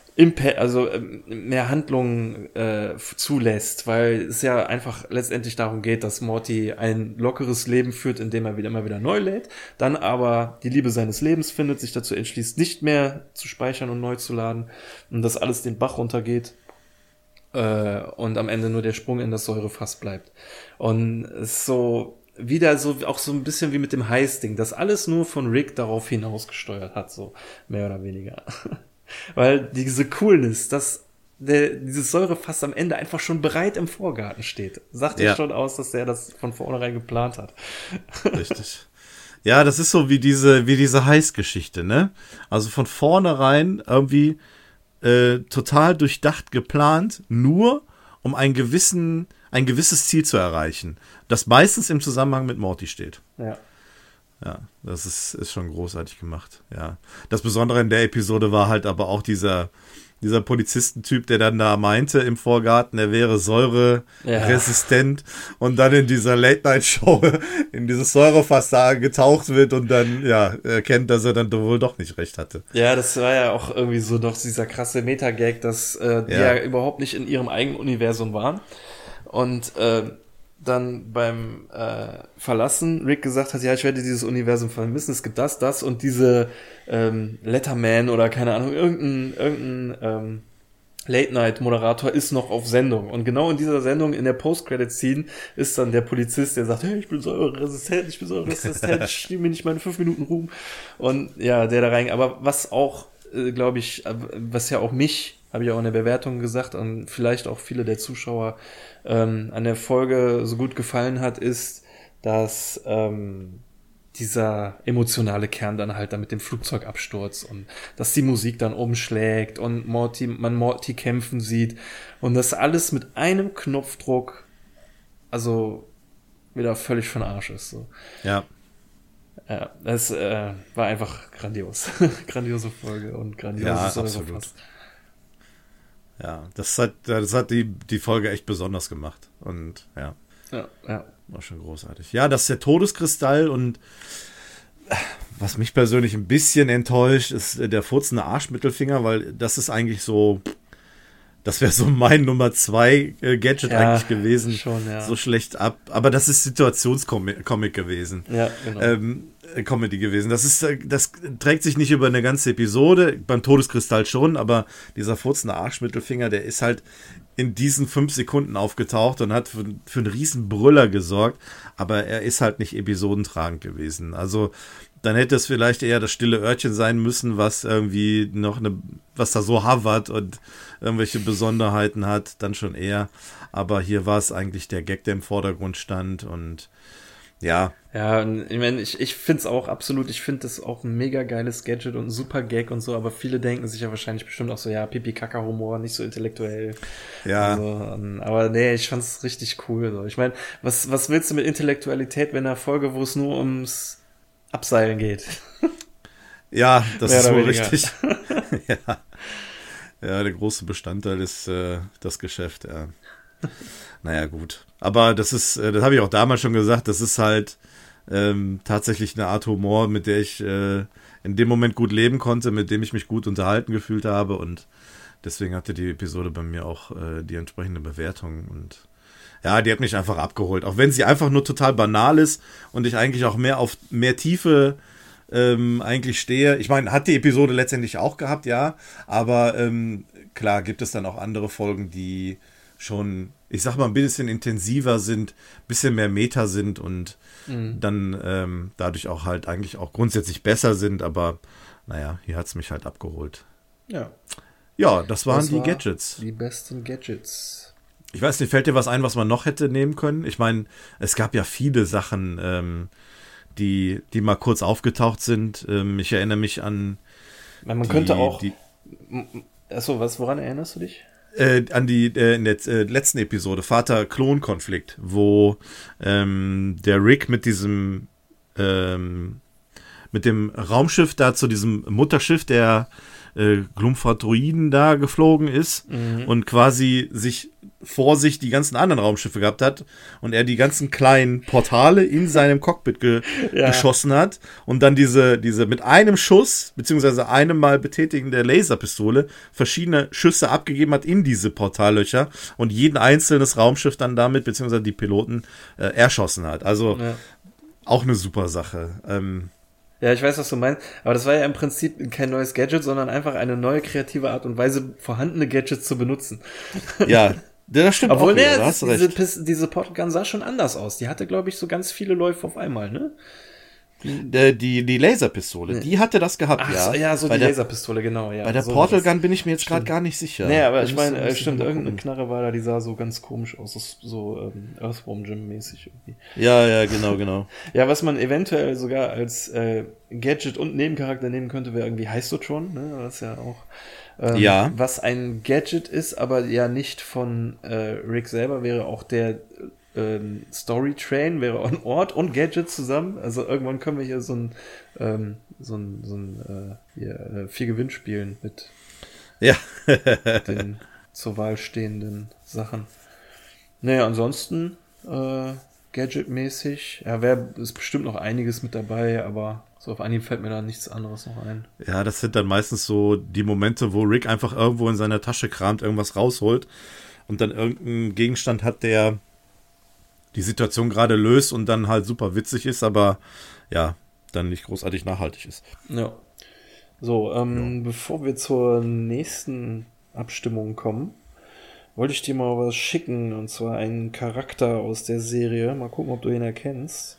mehr Handlungen zulässt, weil es ja einfach letztendlich darum geht, dass Morty ein lockeres Leben führt, indem er immer wieder neu lädt, dann aber die Liebe seines Lebens findet, sich dazu entschließt, nicht mehr zu speichern und neu zu laden und dass alles den Bach runtergeht und am Ende nur der Sprung in das Säurefass bleibt. Und es ist so wieder so auch so ein bisschen wie mit dem Heisting, dass alles nur von Rick darauf hinausgesteuert hat, so mehr oder weniger. Weil diese Coolness, dass dieses Säurefass am Ende einfach schon bereit im Vorgarten steht. Sagt ja schon aus, dass er das von vornherein geplant hat. Richtig. Ja, das ist so wie diese Heiß-Geschichte, ne? Also von vornherein irgendwie total durchdacht geplant, nur um ein gewisses Ziel zu erreichen, das meistens im Zusammenhang mit Morty steht. Ja. Ja, das ist schon großartig gemacht, ja. Das Besondere in der Episode war halt aber auch dieser Polizistentyp, der dann da meinte im Vorgarten, er wäre säureresistent und dann in dieser Late-Night-Show in dieses Säurefass da getaucht wird und dann, erkennt, dass er dann wohl doch nicht recht hatte. Ja, das war ja auch irgendwie so doch dieser krasse Meta-Gag, dass die ja überhaupt nicht in ihrem eigenen Universum waren und dann beim Verlassen Rick gesagt hat, ja, ich werde dieses Universum vermissen, es gibt das und diese Letterman oder keine Ahnung, irgendein Late-Night-Moderator ist noch auf Sendung. Und genau in dieser Sendung, in der Post-Credit-Scene, ist dann der Polizist, der sagt, hey, ich bin säureresistent, ich nehme mir nicht meine 5 Minuten Ruhm. Und ja, der da rein, aber was auch, glaube ich, was ja auch mich, habe ich auch in der Bewertung gesagt, und vielleicht auch viele der Zuschauer an der Folge so gut gefallen hat, ist, dass dieser emotionale Kern dann halt mit dem Flugzeugabsturz und dass die Musik dann umschlägt und man Morty kämpfen sieht und das alles mit einem Knopfdruck also wieder völlig von Arsch ist. So. Ja. Ja, das war einfach grandios. Grandiose Folge und grandioses absolut. Ja, das hat die Folge echt besonders gemacht. Und ja. War schon großartig. Ja, das ist der Todeskristall und was mich persönlich ein bisschen enttäuscht, ist der furzende Arschmittelfinger, weil das ist eigentlich so, das wäre so mein Nummer 2 Gadget eigentlich gewesen. Schon, ja. So schlecht ab. Aber das ist Situationscomic gewesen. Ja, genau. Comedy gewesen. Das trägt sich nicht über eine ganze Episode, beim Todeskristall schon, aber dieser furzende Arschmittelfinger, der ist halt in diesen 5 Sekunden aufgetaucht und hat für einen riesen Brüller gesorgt, aber er ist halt nicht episodentragend gewesen. Also dann hätte es vielleicht eher das stille Örtchen sein müssen, was irgendwie was da so hovert und irgendwelche Besonderheiten hat, dann schon eher. Aber hier war es eigentlich der Gag, der im Vordergrund stand und Ja. Ja, und ich meine, ich finde es auch absolut, ich finde das auch ein mega geiles Gadget und ein super Gag und so, aber viele denken sich ja wahrscheinlich bestimmt auch so, ja, Pipi-Kaka-Humor, nicht so intellektuell. Ja. Also, aber nee, ich fand's richtig cool. So. Ich meine, was willst du mit Intellektualität, wenn in einer Folge, wo es nur ums Abseilen geht? Ja, das Mehr ist oder wohl weniger. richtig. Ja. Ja, der große Bestandteil ist das Geschäft, ja. Naja, gut. Aber das habe ich auch damals schon gesagt, das ist halt tatsächlich eine Art Humor, mit der ich in dem Moment gut leben konnte, mit dem ich mich gut unterhalten gefühlt habe und deswegen hatte die Episode bei mir auch die entsprechende Bewertung und ja, die hat mich einfach abgeholt. Auch wenn sie einfach nur total banal ist und ich eigentlich auch mehr auf mehr Tiefe eigentlich stehe. Ich meine, hat die Episode letztendlich auch gehabt, ja, aber klar gibt es dann auch andere Folgen, die schon, ich sag mal, ein bisschen intensiver sind, ein bisschen mehr Meta sind und dann dadurch auch halt eigentlich auch grundsätzlich besser sind, aber naja, hier hat es mich halt abgeholt. Ja. Ja, das waren die Gadgets. Die besten Gadgets. Ich weiß nicht, fällt dir was ein, was man noch hätte nehmen können? Ich meine, es gab ja viele Sachen, die mal kurz aufgetaucht sind. Ich erinnere mich an Man könnte auch... Achso, woran erinnerst du dich? An die in der letzten Episode, Vater-Klon-Konflikt, wo der Rick mit diesem mit dem Raumschiff da zu diesem Mutterschiff der Glumphatoiden da geflogen ist und quasi vor sich die ganzen anderen Raumschiffe gehabt hat und er die ganzen kleinen Portale in seinem Cockpit geschossen hat und dann diese mit einem Schuss, beziehungsweise einem Mal betätigen der Laserpistole verschiedene Schüsse abgegeben hat in diese Portallöcher und jeden einzelnes Raumschiff dann damit, beziehungsweise die Piloten erschossen hat. Also auch eine super Sache. Ja, ich weiß, was du meinst, aber das war ja im Prinzip kein neues Gadget, sondern einfach eine neue kreative Art und Weise, vorhandene Gadgets zu benutzen. Ja, das stimmt. Obwohl, auch wieder, da hast du recht. diese Portgun sah schon anders aus. Die hatte, glaube ich, so ganz viele Läufe auf einmal, ne? Die Laserpistole, die hatte das gehabt, Ach, ja. ja, so bei die der, Laserpistole, genau, ja. Bei der so Portal Gun bin ich mir jetzt gerade gar nicht sicher. Nee, aber Da ich müsste- meine, müsste ich stimmt, mal irgendeine gucken. Knarre war da, die sah so ganz komisch aus. So Earthworm Jim-mäßig irgendwie. Ja, genau. Ja, was man eventuell sogar als Gadget und Nebencharakter nehmen könnte, wäre irgendwie Heistotron, ne? Das ist ja auch Ja. was ein Gadget ist, aber ja nicht von Rick selber, wäre auch der Story Train, wäre ein Ort und Gadget zusammen. Also irgendwann können wir hier so ein vier Gewinnspielen mit Ja. den zur Wahl stehenden Sachen. Naja, ansonsten Gadget-mäßig, ja, ist bestimmt noch einiges mit dabei, aber so auf Anhieb fällt mir da nichts anderes noch ein. Ja, das sind dann meistens so die Momente, wo Rick einfach irgendwo in seiner Tasche kramt, irgendwas rausholt und dann irgendeinen Gegenstand hat, der die Situation gerade löst und dann halt super witzig ist, aber ja, dann nicht großartig nachhaltig ist. Ja. So, bevor wir zur nächsten Abstimmung kommen, wollte ich dir mal was schicken, und zwar einen Charakter aus der Serie. Mal gucken, ob du ihn erkennst.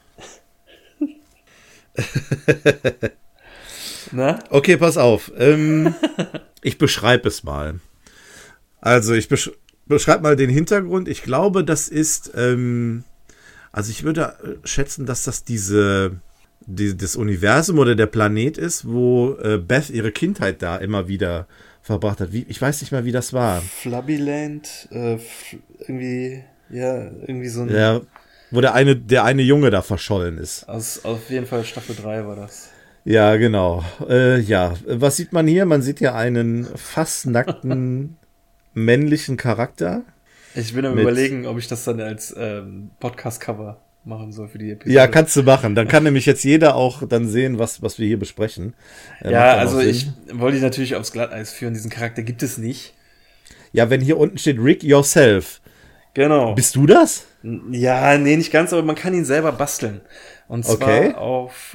Na? Okay, pass auf. Ich beschreibe es mal. Also ich beschreibe mal den Hintergrund. Ich glaube, das ist, also ich würde schätzen, dass das das Universum oder der Planet ist, wo Beth ihre Kindheit da immer wieder verbracht hat. Ich weiß nicht mehr, wie das war. Flabbyland, irgendwie so ein... Ja, wo der eine Junge da verschollen ist. Auf jeden Fall Staffel 3 war das. Ja, genau. Ja, was sieht man hier? Man sieht ja einen fast nackten männlichen Charakter. Ich bin am Überlegen, ob ich das dann als Podcast-Cover machen soll für die Episode. Ja, kannst du machen. Dann kann nämlich jetzt jeder auch dann sehen, was wir hier besprechen. Ja, also ich wollte dich natürlich aufs Glatteis führen. Diesen Charakter gibt es nicht. Ja, wenn hier unten steht Rick Yourself. Genau. Bist du das? Ja, nee, nicht ganz, aber man kann ihn selber basteln. Und zwar auf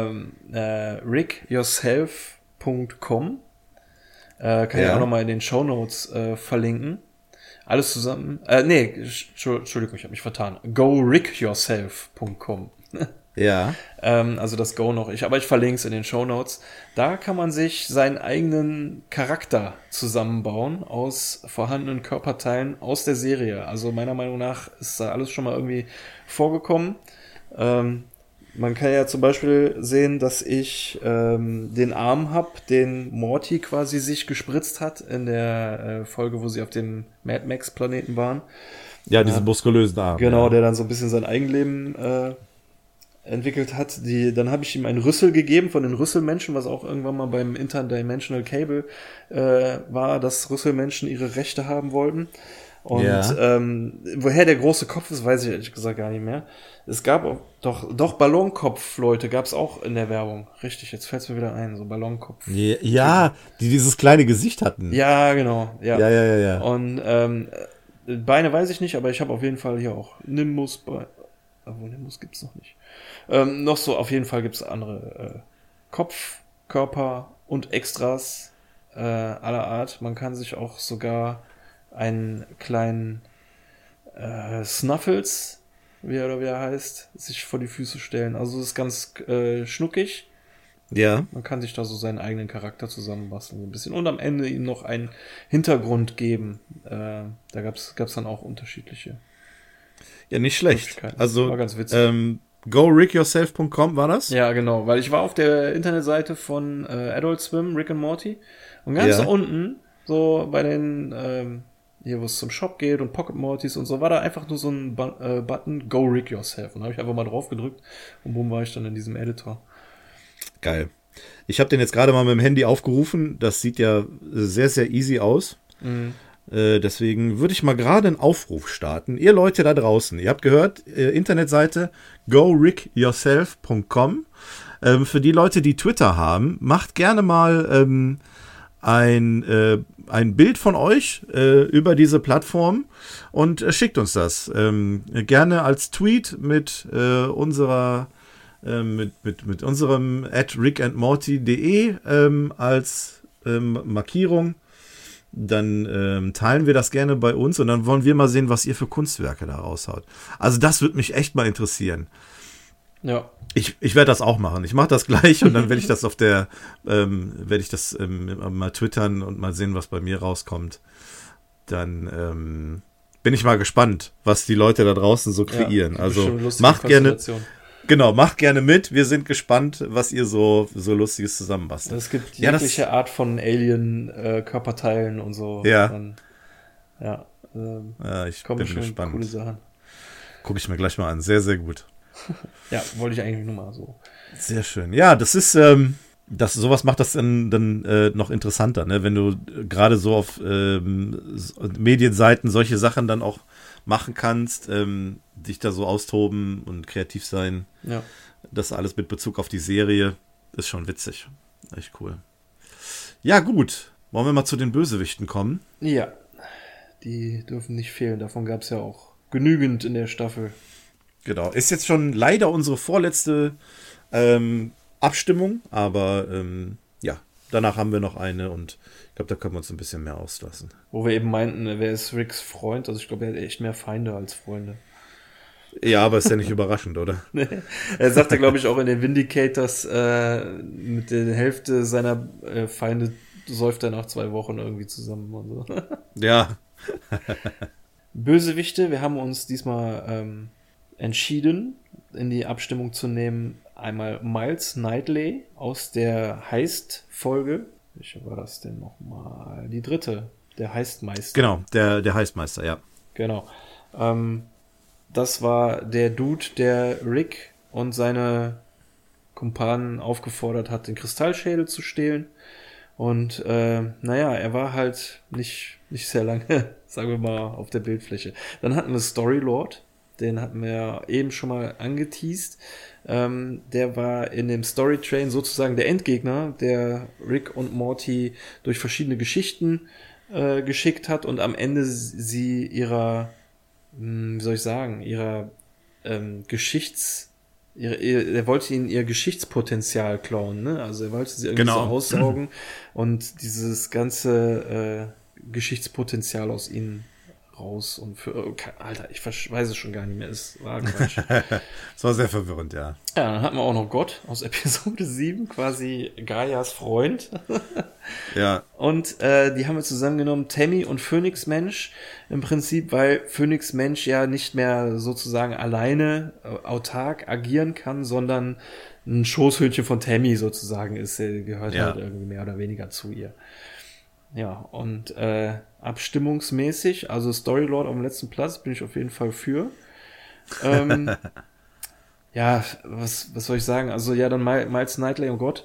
rickyourself.com. Kann ich auch nochmal in den Shownotes verlinken. Alles zusammen. Entschuldigung, ich habe mich vertan. GoRickYourself.com. Ja. Also das Go noch ich. Aber ich verlinke es in den Shownotes. Da kann man sich seinen eigenen Charakter zusammenbauen aus vorhandenen Körperteilen aus der Serie. Also meiner Meinung nach ist da alles schon mal irgendwie vorgekommen. Man kann ja zum Beispiel sehen, dass ich den Arm hab, den Morty quasi sich gespritzt hat in der Folge, wo sie auf dem Mad Max Planeten waren. Ja, diese muskulösen Arme. Genau, ja. der dann so ein bisschen sein Eigenleben entwickelt hat. Dann habe ich ihm einen Rüssel gegeben von den Rüsselmenschen, was auch irgendwann mal beim Interdimensional Cable war, dass Rüsselmenschen ihre Rechte haben wollten. Und woher der große Kopf ist, weiß ich ehrlich gesagt gar nicht mehr. Es gab auch, doch Ballonkopf-Leute gab es auch in der Werbung. Richtig, jetzt fällt es mir wieder ein, so Ballonkopf. Ja, die dieses kleine Gesicht hatten. Ja, genau. Ja. Und Beine weiß ich nicht, aber ich habe auf jeden Fall hier auch Nimbus. Aber Nimbus gibt's noch nicht. Noch so, auf jeden Fall gibt's andere Kopf, Körper und Extras aller Art. Man kann sich auch sogar einen kleinen Snuffles, wie er heißt, sich vor die Füße stellen. Also das ist ganz schnuckig. Ja. Man kann sich da so seinen eigenen Charakter zusammenbasteln, so ein bisschen. Und am Ende ihm noch einen Hintergrund geben. Da gab's dann auch unterschiedliche. Ja, nicht schlecht. Also, war ganz witzig. GoRickYourself.com war das? Ja, genau, weil ich war auf der Internetseite von Adult Swim, Rick and Morty. Und ganz da unten, so bei den, hier wo es zum Shop geht und Pocket Mortys und so, war da einfach nur so ein Button, Go Rick Yourself. Und da habe ich einfach mal drauf gedrückt und boom, war ich dann in diesem Editor. Geil. Ich habe den jetzt gerade mal mit dem Handy aufgerufen. Das sieht ja sehr, sehr easy aus. Mhm. Deswegen würde ich mal gerade einen Aufruf starten. Ihr Leute da draußen, ihr habt gehört, Internetseite GoRickYourself.com. Für die Leute, die Twitter haben, macht gerne mal ein Bild von euch über diese Plattform und schickt uns das. Gerne als Tweet mit unserem @rickandmorty.de als Markierung. Dann teilen wir das gerne bei uns und dann wollen wir mal sehen, was ihr für Kunstwerke da raushaut. Also das würde mich echt mal interessieren. Ja. Ich werde das auch machen. Ich mache das gleich und dann werde ich das mal twittern und mal sehen, was bei mir rauskommt. Dann bin ich mal gespannt, was die Leute da draußen so kreieren. Ja, also macht gerne mit. Wir sind gespannt, was ihr so Lustiges zusammenbastelt. Es gibt jegliche Art von Alien-Körperteilen und so. Ja. Ich bin gespannt. Coole Sachen. Gucke ich mir gleich mal an. Sehr, sehr gut. Ja, wollte ich eigentlich nur mal so. Sehr schön. Ja, das ist, sowas macht das dann noch interessanter, ne? Wenn du gerade so auf Medienseiten solche Sachen dann auch machen kannst, dich da so austoben und kreativ sein. Ja. Das alles mit Bezug auf die Serie ist schon witzig. Echt cool. Ja, gut. Wollen wir mal zu den Bösewichten kommen? Ja. Die dürfen nicht fehlen. Davon gab es ja auch genügend in der Staffel. Genau. Ist jetzt schon leider unsere vorletzte Abstimmung, aber danach haben wir noch eine und ich glaube, da können wir uns ein bisschen mehr auslassen. Wo wir eben meinten, wer ist Ricks Freund? Also ich glaube, er hat echt mehr Feinde als Freunde. Ja, aber ist ja nicht überraschend, oder? Nee. Er sagte, glaube ich, auch in den Vindicators, mit der Hälfte seiner Feinde säuft er nach 2 Wochen irgendwie zusammen und so. Ja. Bösewichte, wir haben uns diesmal entschieden, in die Abstimmung zu nehmen, einmal Miles Knightley aus der Heist-Folge. Welche war das denn nochmal? Die 3. Der Heistmeister. Genau, der Heistmeister, ja. Genau. Das war der Dude, der Rick und seine Kumpanen aufgefordert hat, den Kristallschädel zu stehlen. Und er war halt nicht sehr lange, sagen wir mal, auf der Bildfläche. Dann hatten wir Storylord, den hatten wir eben schon mal angeteased. Der war in dem Storytrain sozusagen der Endgegner, der Rick und Morty durch verschiedene Geschichten geschickt hat und am Ende sie ihrer er wollte ihnen ihr Geschichtspotenzial klauen, ne? Also er wollte sie irgendwie so aussaugen und dieses ganze Geschichtspotenzial aus ihnen raus und für, Alter, ich weiß es schon gar nicht mehr, es war Quatsch. Es war sehr verwirrend, ja. Ja, dann hatten wir auch noch Gott aus Episode 7, quasi Gaias Freund. Ja. Und die haben wir zusammengenommen, Tammy und Phönix Mensch, im Prinzip, weil Phönix Mensch ja nicht mehr sozusagen alleine autark agieren kann, sondern ein Schoßhündchen von Tammy sozusagen ist, gehört halt irgendwie mehr oder weniger zu ihr. Ja, und abstimmungsmäßig, also Storylord auf dem letzten Platz, bin ich auf jeden Fall für. Ja, was soll ich sagen? Also ja, dann Miles Knightley und Gott.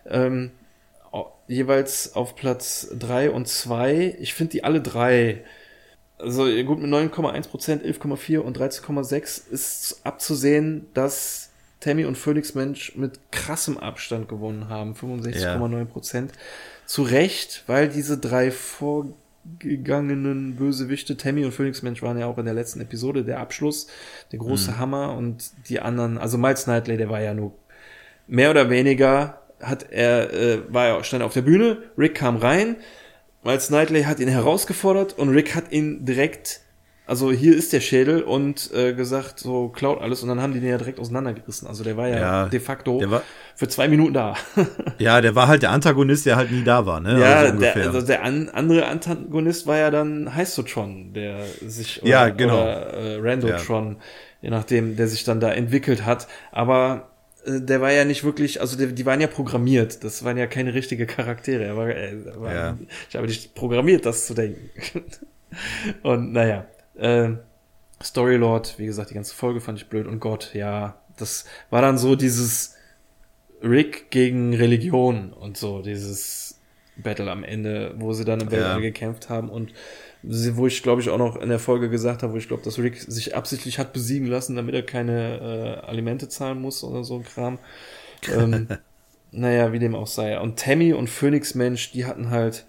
Jeweils auf Platz 3 und 2. Ich finde die alle drei, also gut, mit 9,1%, 11,4 und 13,6 ist abzusehen, dass Tammy und Phönix Mensch mit krassem Abstand gewonnen haben, 65,9%. Zu Recht, weil diese drei vorgegangenen Bösewichte, Tammy und Phönix Mensch, waren ja auch in der letzten Episode der Abschluss, der große Hammer, und die anderen, also Miles Knightley, der war ja nur mehr oder weniger, stand auf der Bühne, Rick kam rein, Miles Knightley hat ihn herausgefordert und Rick hat ihn direkt, also hier ist der Schädel, und gesagt, so klaut alles, und dann haben die den ja direkt auseinandergerissen. Also der war ja de facto für 2 Minuten da. Ja, der war halt der Antagonist, der halt nie da war, ne? Ja, also der andere Antagonist war ja dann Heistotron, der sich oder Randotron, je nachdem, der sich dann da entwickelt hat. Aber der war ja nicht wirklich, also die waren ja programmiert. Das waren ja keine richtige Charaktere. Ich habe nicht programmiert, das zu denken. Und naja, Storylord, wie gesagt, die ganze Folge fand ich blöd, und Gott, ja, das war dann so dieses Rick gegen Religion und so, dieses Battle am Ende, wo sie dann im Weltall gekämpft haben, und wo ich, glaube ich, auch noch in der Folge gesagt habe, wo ich glaube, dass Rick sich absichtlich hat besiegen lassen, damit er keine Alimente zahlen muss oder so ein Kram. Naja, wie dem auch sei. Und Tammy und Phönix Mensch, die hatten halt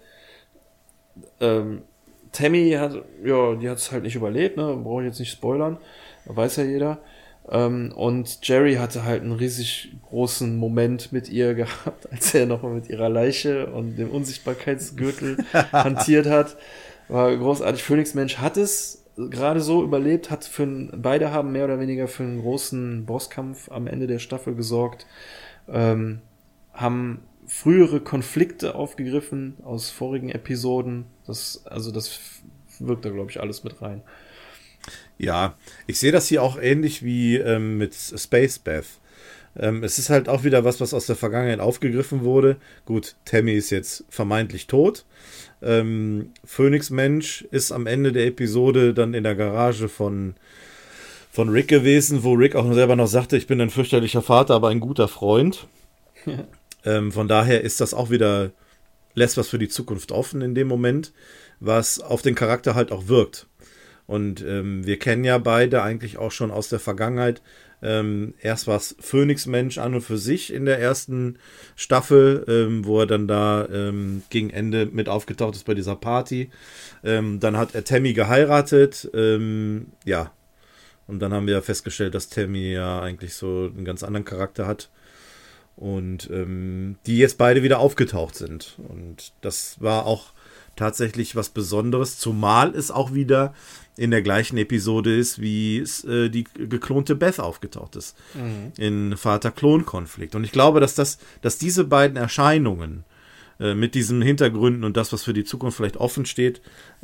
Tammy hat es halt nicht überlebt, ne? Brauche ich jetzt nicht spoilern, weiß ja jeder. Und Jerry hatte halt einen riesig großen Moment mit ihr gehabt, als er nochmal mit ihrer Leiche und dem Unsichtbarkeitsgürtel hantiert hat. War großartig. Phönix Mensch hat es gerade so überlebt, beide haben mehr oder weniger für einen großen Bosskampf am Ende der Staffel gesorgt, haben frühere Konflikte aufgegriffen aus vorigen Episoden. Das wirkt da, glaube ich, alles mit rein. Ja, ich sehe das hier auch ähnlich wie mit Space Beth. Es ist halt auch wieder was aus der Vergangenheit aufgegriffen wurde. Gut, Tammy ist jetzt vermeintlich tot. Phönix Mensch ist am Ende der Episode dann in der Garage von Rick gewesen, wo Rick auch selber noch sagte, ich bin ein fürchterlicher Vater, aber ein guter Freund. Von daher ist das auch wieder, lässt was für die Zukunft offen in dem Moment, was auf den Charakter halt auch wirkt. Und wir kennen ja beide eigentlich auch schon aus der Vergangenheit. Erst war es Phönix Mensch an und für sich in der ersten Staffel, wo er dann da gegen Ende mit aufgetaucht ist bei dieser Party. Dann hat er Tammy geheiratet. Ja. Und dann haben wir festgestellt, dass Tammy ja eigentlich so einen ganz anderen Charakter hat. Und die jetzt beide wieder aufgetaucht sind. Und das war auch tatsächlich was Besonderes, zumal es auch wieder in der gleichen Episode ist, wie es die geklonte Beth aufgetaucht ist. In Vater-Klon-Konflikt. Und ich glaube, dass diese beiden Erscheinungen mit diesen Hintergründen und das, was für die Zukunft vielleicht offen steht,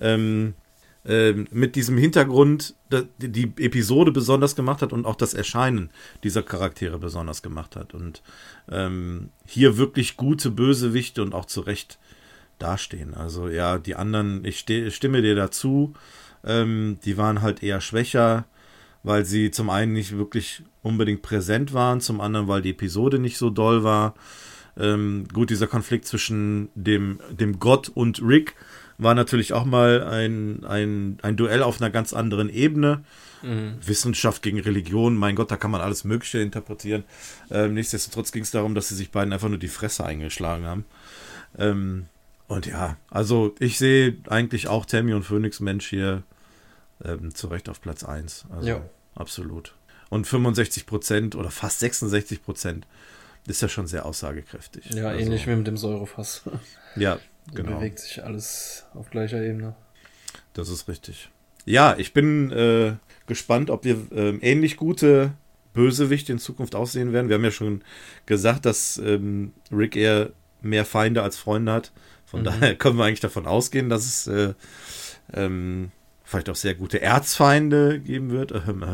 mit diesem Hintergrund die Episode besonders gemacht hat und auch das Erscheinen dieser Charaktere besonders gemacht hat. Und hier wirklich gute Bösewichte und auch zu Recht dastehen. Also ja, die anderen, ich stimme dir dazu, die waren halt eher schwächer, weil sie zum einen nicht wirklich unbedingt präsent waren, zum anderen, weil die Episode nicht so doll war. Gut, dieser Konflikt zwischen dem Gott und Rick war natürlich auch mal ein Duell auf einer ganz anderen Ebene. Wissenschaft gegen Religion, mein Gott, da kann man alles Mögliche interpretieren. Nichtsdestotrotz ging es darum, dass sie sich beiden einfach nur die Fresse eingeschlagen haben. Und ja, also ich sehe eigentlich auch Tammy und Phönix Mensch hier zu Recht auf Platz 1. Also absolut. Und 65% oder fast 66% ist ja schon sehr aussagekräftig. Ja, also, ähnlich wie mit dem Säurefass. Ja, genau. Bewegt sich alles auf gleicher Ebene. Das ist richtig. Ja, ich bin gespannt, ob wir ähnlich gute Bösewichte in Zukunft aussehen werden. Wir haben ja schon gesagt, dass Rick eher mehr Feinde als Freunde hat. Von daher können wir eigentlich davon ausgehen, dass es vielleicht auch sehr gute Erzfeinde geben wird.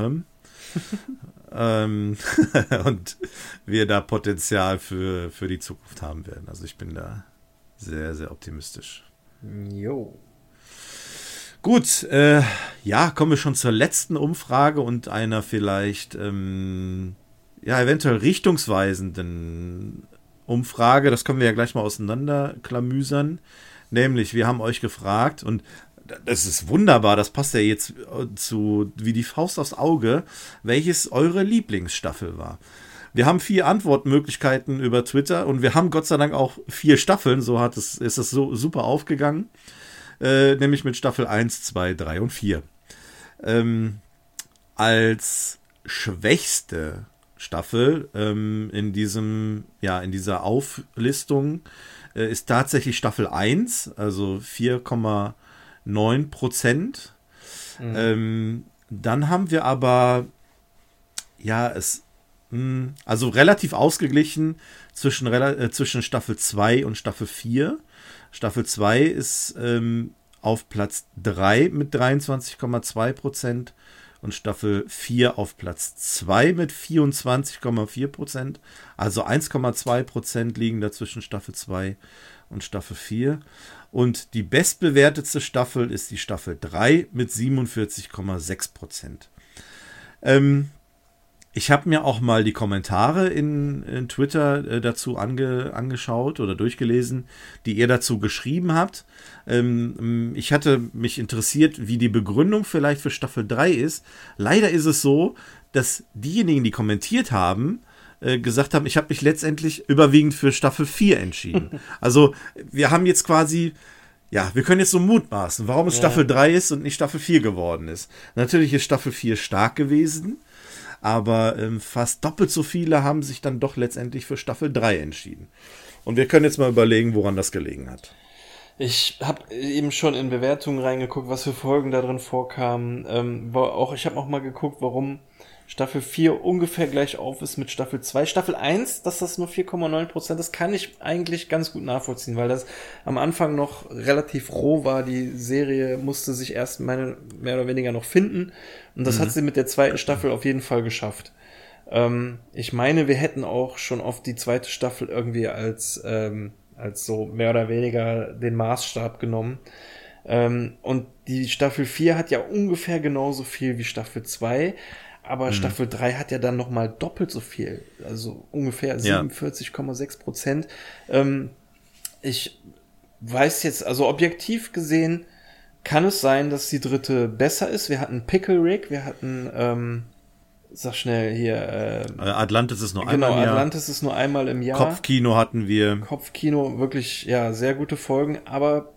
Und wir da Potenzial für die Zukunft haben werden. Also ich bin da sehr, sehr optimistisch. Jo. Gut, ja, kommen wir schon zur letzten Umfrage und einer vielleicht eventuell richtungsweisenden Umfrage. Das können wir ja gleich mal auseinanderklamüsern. Nämlich, wir haben euch gefragt, und das ist wunderbar, das passt ja jetzt zu wie die Faust aufs Auge, welches eure Lieblingsstaffel war. Wir haben 4 Antwortmöglichkeiten über Twitter und wir haben Gott sei Dank auch 4 Staffeln, ist es so super aufgegangen. Nämlich mit Staffel 1, 2, 3 und 4. Als schwächste Staffel in dieser Auflistung ist tatsächlich Staffel 1, also 4,9%. Dann haben wir aber also relativ ausgeglichen zwischen Staffel 2 und Staffel 4. Staffel 2 ist auf Platz 3 mit 23,2% und Staffel 4 auf Platz 2 mit 24,4%. Also 1,2% liegen dazwischen Staffel 2 und Staffel 4. Und die bestbewertetste Staffel ist die Staffel 3 mit 47,6%. Ich habe mir auch mal die Kommentare in Twitter dazu angeschaut oder durchgelesen, die ihr dazu geschrieben habt. Ich hatte mich interessiert, wie die Begründung vielleicht für Staffel 3 ist. Leider ist es so, dass diejenigen, die kommentiert haben, gesagt haben, ich habe mich letztendlich überwiegend für Staffel 4 entschieden. Also wir haben jetzt quasi, wir können jetzt so mutmaßen, warum es Staffel 3 ist und nicht Staffel 4 geworden ist. Natürlich ist Staffel 4 stark gewesen, aber fast doppelt so viele haben sich dann doch letztendlich für Staffel 3 entschieden. Und wir können jetzt mal überlegen, woran das gelegen hat. Ich habe eben schon in Bewertungen reingeguckt, was für Folgen da drin vorkamen. Ich habe auch mal geguckt, warum Staffel 4 ungefähr gleich auf ist mit Staffel 2. Staffel 1, dass das nur 4,9%, das kann ich eigentlich ganz gut nachvollziehen, weil das am Anfang noch relativ roh war. Die Serie musste sich erst mehr oder weniger noch finden. Und das hat sie mit der zweiten Staffel auf jeden Fall geschafft. Ich meine, wir hätten auch schon oft die zweite Staffel irgendwie als so mehr oder weniger den Maßstab genommen. Und die Staffel 4 hat ja ungefähr genauso viel wie Staffel 2. Aber Staffel 3 hat ja dann nochmal doppelt so viel. Also ungefähr 47,6%. Ich weiß jetzt, also objektiv gesehen, kann es sein, dass die dritte besser ist. Wir hatten Pickle Rick, wir hatten, sag schnell hier. Atlantis ist nur einmal im Jahr. Genau, Atlantis ist nur einmal im Jahr. Kopfkino hatten wir. Kopfkino, wirklich, sehr gute Folgen. Aber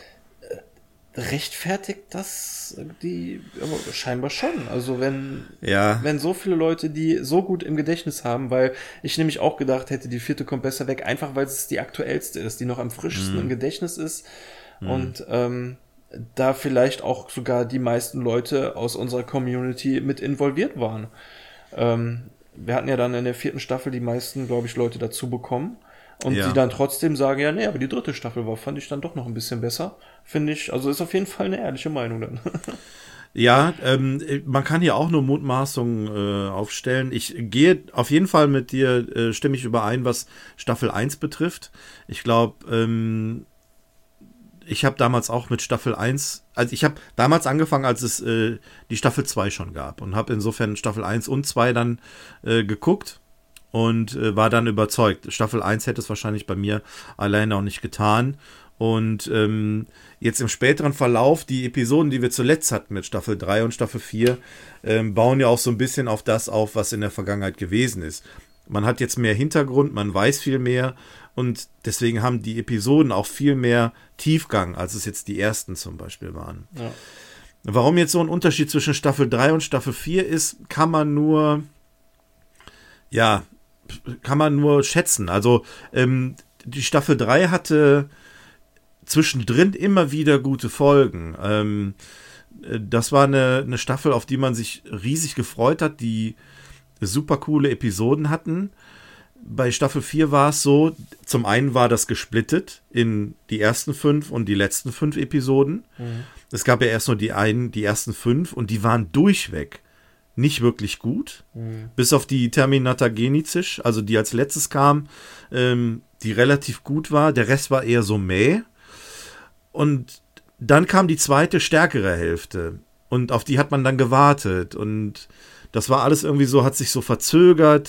rechtfertigt das aber scheinbar schon. Also wenn so viele Leute die so gut im Gedächtnis haben, weil ich nämlich auch gedacht hätte, die 4. kommt besser weg, einfach weil es die aktuellste ist, die noch am frischesten im Gedächtnis ist und da vielleicht auch sogar die meisten Leute aus unserer Community mit involviert waren. Wir hatten ja dann in der 4. Staffel die meisten, glaube ich, Leute dazu bekommen. Und die dann trotzdem sagen, aber die 3. Staffel fand ich dann doch noch ein bisschen besser. Finde ich, also ist auf jeden Fall eine ehrliche Meinung dann. Ja, man kann hier auch nur Mutmaßungen aufstellen. Ich gehe auf jeden Fall mit dir, stimme ich überein, was Staffel 1 betrifft. Ich glaube, ich habe damals auch mit Staffel 1, also ich habe damals angefangen, als es die Staffel 2 schon gab und habe insofern Staffel 1 und 2 dann geguckt. Und war dann überzeugt. Staffel 1 hätte es wahrscheinlich bei mir alleine auch nicht getan. Und jetzt im späteren Verlauf, die Episoden, die wir zuletzt hatten mit Staffel 3 und Staffel 4, bauen ja auch so ein bisschen auf das auf, was in der Vergangenheit gewesen ist. Man hat jetzt mehr Hintergrund, man weiß viel mehr und deswegen haben die Episoden auch viel mehr Tiefgang, als es jetzt die ersten zum Beispiel waren. Ja. Warum jetzt so ein Unterschied zwischen Staffel 3 und Staffel 4 ist, kann man nur schätzen. Also die Staffel 3 hatte zwischendrin immer wieder gute Folgen. das war eine Staffel, auf die man sich riesig gefreut hat, die super coole Episoden hatten. Bei Staffel 4 war es so, zum einen war das gesplittet in die ersten 5 und die letzten 5 Episoden. Es gab ja erst nur die ersten 5 und die waren durchweg nicht wirklich gut. Bis auf die Terminator Genesis, also die als letztes kam, die relativ gut war. Der Rest war eher so mäh. Und dann kam die zweite, stärkere Hälfte. Und auf die hat man dann gewartet. Und das war alles irgendwie so, hat sich so verzögert.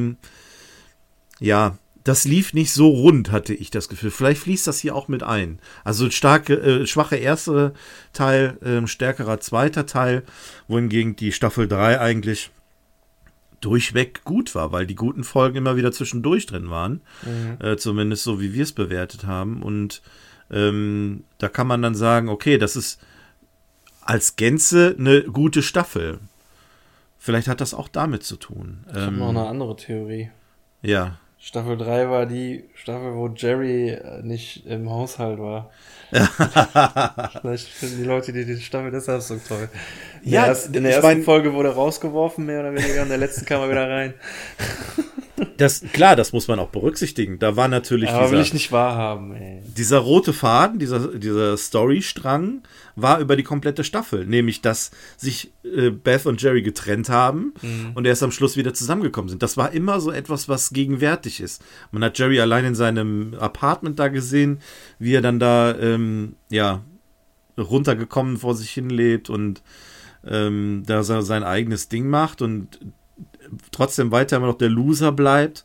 Ja, das lief nicht so rund, hatte ich das Gefühl. Vielleicht fließt das hier auch mit ein. Also schwache erste Teil, stärkerer zweiter Teil, wohingegen die Staffel 3 eigentlich durchweg gut war, weil die guten Folgen immer wieder zwischendurch drin waren. Zumindest so, wie wir es bewertet haben. Und da kann man dann sagen, okay, das ist als Gänze eine gute Staffel. Vielleicht hat das auch damit zu tun. Ich habe noch eine andere Theorie. Ja. Staffel 3 war die Staffel, wo Jerry nicht im Haushalt war. Vielleicht finden die Leute die Staffel deshalb so toll. In der ersten Folge wurde er rausgeworfen, mehr oder weniger, in der letzten kam er wieder rein. Klar, das muss man auch berücksichtigen. Da war natürlich will ich nicht wahrhaben, ey. Dieser rote Faden, dieser Storystrang war über die komplette Staffel. Nämlich, dass sich Beth und Jerry getrennt haben und erst am Schluss wieder zusammengekommen sind. Das war immer so etwas, was gegenwärtig ist. Man hat Jerry allein in seinem Apartment da gesehen, wie er dann da runtergekommen vor sich hin lebt und da sein eigenes Ding macht und trotzdem weiter immer noch der Loser bleibt.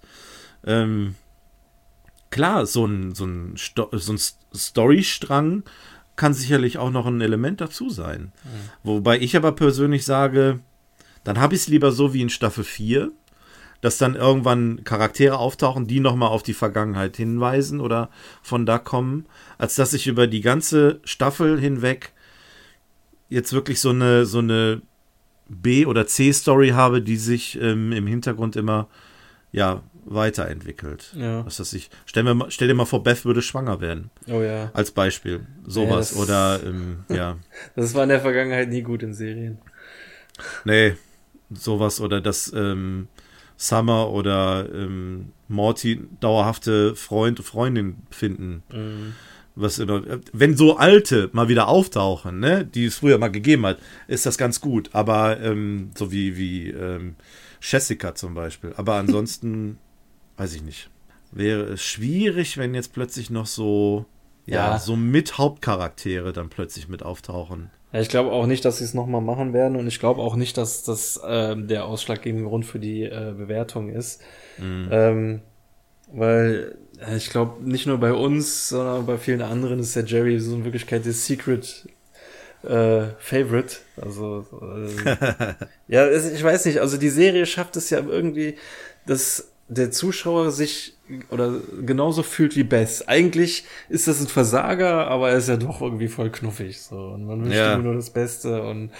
Klar, so ein Storystrang kann sicherlich auch noch ein Element dazu sein. Wobei ich aber persönlich sage, dann habe ich es lieber so wie in Staffel 4, dass dann irgendwann Charaktere auftauchen, die nochmal auf die Vergangenheit hinweisen oder von da kommen, als dass ich über die ganze Staffel hinweg jetzt wirklich so eine B- oder C-Story habe, die sich im Hintergrund immer weiterentwickelt. Ja. Stell dir mal vor, Beth würde schwanger werden. Oh ja. Als Beispiel. Sowas. Oder, Das war in der Vergangenheit nie gut in Serien. Nee, sowas. Oder dass Summer oder Morty dauerhafte Freundin finden. Wenn so alte mal wieder auftauchen, ne, die es früher mal gegeben hat, ist das ganz gut. Aber so wie Jessica zum Beispiel. Aber ansonsten weiß ich nicht. Wäre es schwierig, wenn jetzt plötzlich noch so mit Hauptcharaktere dann plötzlich mit auftauchen. Ja, ich glaube auch nicht, dass sie es nochmal machen werden und ich glaube auch nicht, dass das der ausschlaggebende Grund für die Bewertung ist. Weil ich glaube, nicht nur bei uns, sondern bei vielen anderen ist der Jerry so in Wirklichkeit der Secret Favorite. Also ich weiß nicht, also die Serie schafft es ja irgendwie, dass der Zuschauer sich oder genauso fühlt wie Beth. Eigentlich ist das ein Versager, aber er ist ja doch irgendwie voll knuffig. So. Und man wünscht ihm nur das Beste und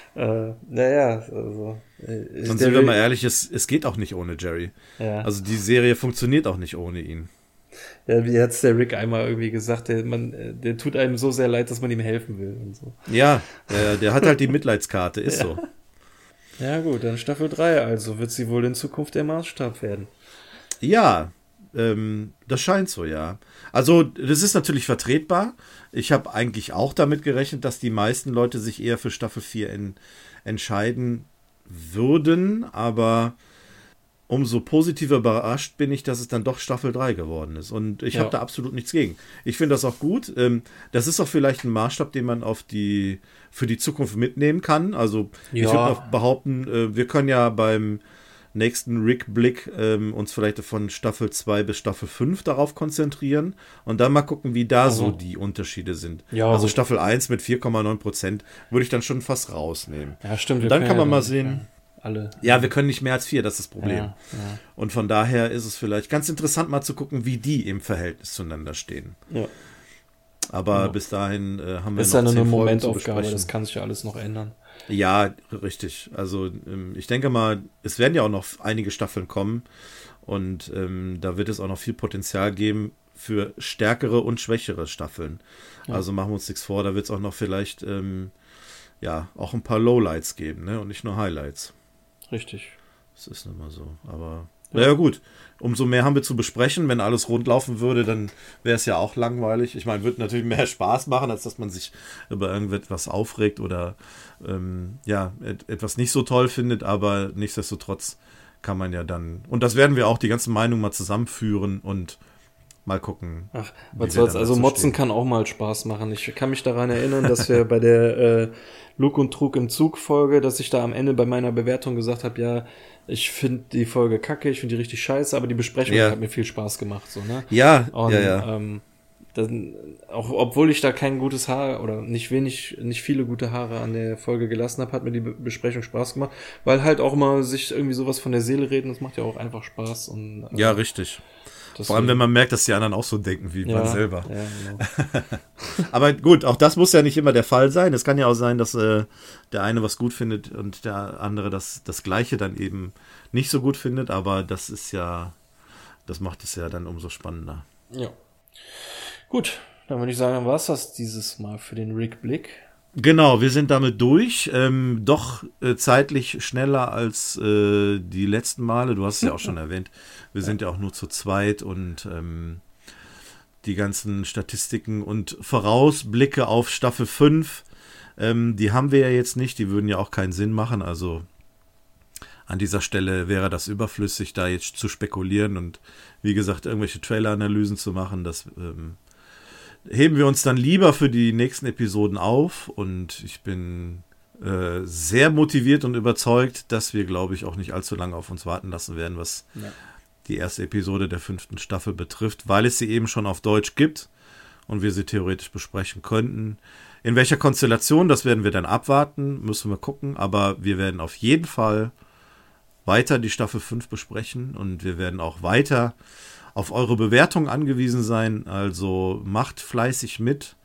also. Und sind wir mal ehrlich, es geht auch nicht ohne Jerry. Ja. Also die Serie funktioniert auch nicht ohne ihn. Ja, wie hat's der Rick einmal irgendwie gesagt, der tut einem so sehr leid, dass man ihm helfen will und so. Ja, der hat halt die Mitleidskarte, ist so. Ja gut, dann Staffel 3, also wird sie wohl in Zukunft der Maßstab werden. Ja, das scheint so, ja. Also das ist natürlich vertretbar. Ich habe eigentlich auch damit gerechnet, dass die meisten Leute sich eher für Staffel 4 entscheiden würden, aber umso positiver überrascht bin ich, dass es dann doch Staffel 3 geworden ist. Und ich habe da absolut nichts gegen. Ich finde das auch gut. Das ist auch vielleicht ein Maßstab, den man für die Zukunft mitnehmen kann. Also ich würde auch behaupten, wir können ja beim nächsten Rick-Blick uns vielleicht von Staffel 2 bis Staffel 5 darauf konzentrieren und dann mal gucken, wie da so die Unterschiede sind. Ja, also Staffel 1 mit 4,9% würde ich dann schon fast rausnehmen. Ja, stimmt. Und dann kann man mal sehen... Alle. Ja, wir können nicht mehr als 4, das ist das Problem. Ja. Und von daher ist es vielleicht ganz interessant, mal zu gucken, wie die im Verhältnis zueinander stehen. Ja. Aber bis dahin haben wir noch 10 Folgen eine Momentaufgabe, das kann sich ja alles noch ändern. Ja, richtig. Also ich denke mal, es werden ja auch noch einige Staffeln kommen und da wird es auch noch viel Potenzial geben für stärkere und schwächere Staffeln. Ja. Also machen wir uns nichts vor, da wird es auch noch vielleicht ja auch ein paar Lowlights geben, ne? Und nicht nur Highlights. Richtig. Das ist nicht mal so. Aber naja gut, umso mehr haben wir zu besprechen. Wenn alles rund laufen würde, dann wäre es ja auch langweilig. Ich meine, würde natürlich mehr Spaß machen, als dass man sich über irgendetwas aufregt oder etwas nicht so toll findet, aber nichtsdestotrotz kann man ja dann, und das werden wir auch, die ganzen Meinungen mal zusammenführen und mal gucken. Ach, was soll's, also Motzen kann auch mal Spaß machen. Ich kann mich daran erinnern, dass wir bei der Lug und Trug im Zug Folge, dass ich da am Ende bei meiner Bewertung gesagt habe, ja, ich finde die Folge kacke, ich finde die richtig scheiße, aber die Besprechung hat mir viel Spaß gemacht, so, ne? Ja, und, dann, auch obwohl ich da kein gutes Haar oder nicht viele gute Haare an der Folge gelassen habe, hat mir die Besprechung Spaß gemacht, weil halt auch immer sich irgendwie sowas von der Seele reden, das macht ja auch einfach Spaß. Und ja, richtig. Deswegen. Vor allem, wenn man merkt, dass die anderen auch so denken wie man selber. Ja, genau. Aber gut, auch das muss ja nicht immer der Fall sein. Es kann ja auch sein, dass der eine was gut findet und der andere das Gleiche dann eben nicht so gut findet. Aber das macht es ja dann umso spannender. Ja. Gut, dann würde ich sagen, dann war es das dieses Mal für den Rick-Blick. Genau, wir sind damit durch. Doch zeitlich schneller als die letzten Male. Du hast es ja auch schon erwähnt. Wir sind ja auch nur zu zweit und die ganzen Statistiken und Vorausblicke auf Staffel 5, die haben wir ja jetzt nicht. Die würden ja auch keinen Sinn machen. Also an dieser Stelle wäre das überflüssig, da jetzt zu spekulieren und wie gesagt, irgendwelche Trailer-Analysen zu machen. Das heben wir uns dann lieber für die nächsten Episoden auf und ich bin sehr motiviert und überzeugt, dass wir, glaube ich, auch nicht allzu lange auf uns warten lassen werden, was die erste Episode der 5. Staffel betrifft, weil es sie eben schon auf Deutsch gibt und wir sie theoretisch besprechen könnten. In welcher Konstellation, das werden wir dann abwarten, müssen wir gucken, aber wir werden auf jeden Fall weiter die Staffel 5 besprechen und wir werden auch weiter auf eure Bewertung angewiesen sein, also macht fleißig mit.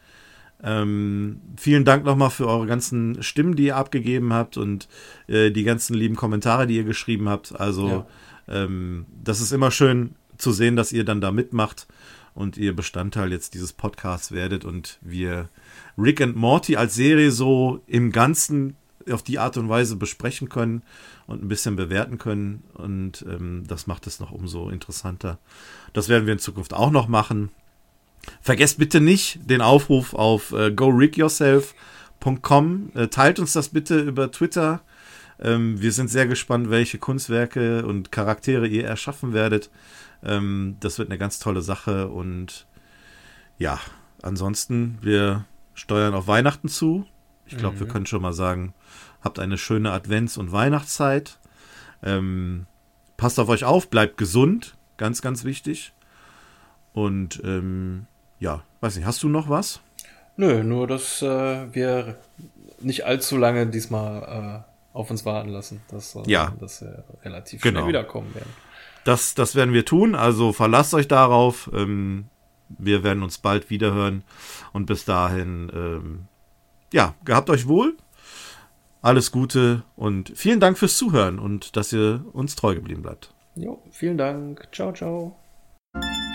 Vielen Dank nochmal für eure ganzen Stimmen, die ihr abgegeben habt und die ganzen lieben Kommentare, die ihr geschrieben habt. Also das ist immer schön zu sehen, dass ihr dann da mitmacht und ihr Bestandteil jetzt dieses Podcasts werdet und wir Rick and Morty als Serie so im Ganzen auf die Art und Weise besprechen können und ein bisschen bewerten können und das macht es noch umso interessanter. Das werden wir in Zukunft auch noch machen. Vergesst bitte nicht den Aufruf auf gorigyourself.com. Teilt uns das bitte über Twitter. Wir sind sehr gespannt, welche Kunstwerke und Charaktere ihr erschaffen werdet. Das wird eine ganz tolle Sache und ja, ansonsten, wir steuern auf Weihnachten zu. Ich glaube, wir können schon mal sagen, habt eine schöne Advents- und Weihnachtszeit. Passt auf euch auf, bleibt gesund. Ganz, ganz wichtig. Und weiß nicht, hast du noch was? Nö, nur, dass wir nicht allzu lange diesmal auf uns warten lassen. Dass wir relativ schnell wiederkommen werden. Das werden wir tun. Also verlasst euch darauf. Wir werden uns bald wiederhören. Und bis dahin, gehabt euch wohl. Alles Gute und vielen Dank fürs Zuhören und dass ihr uns treu geblieben bleibt. Jo, vielen Dank. Ciao, ciao.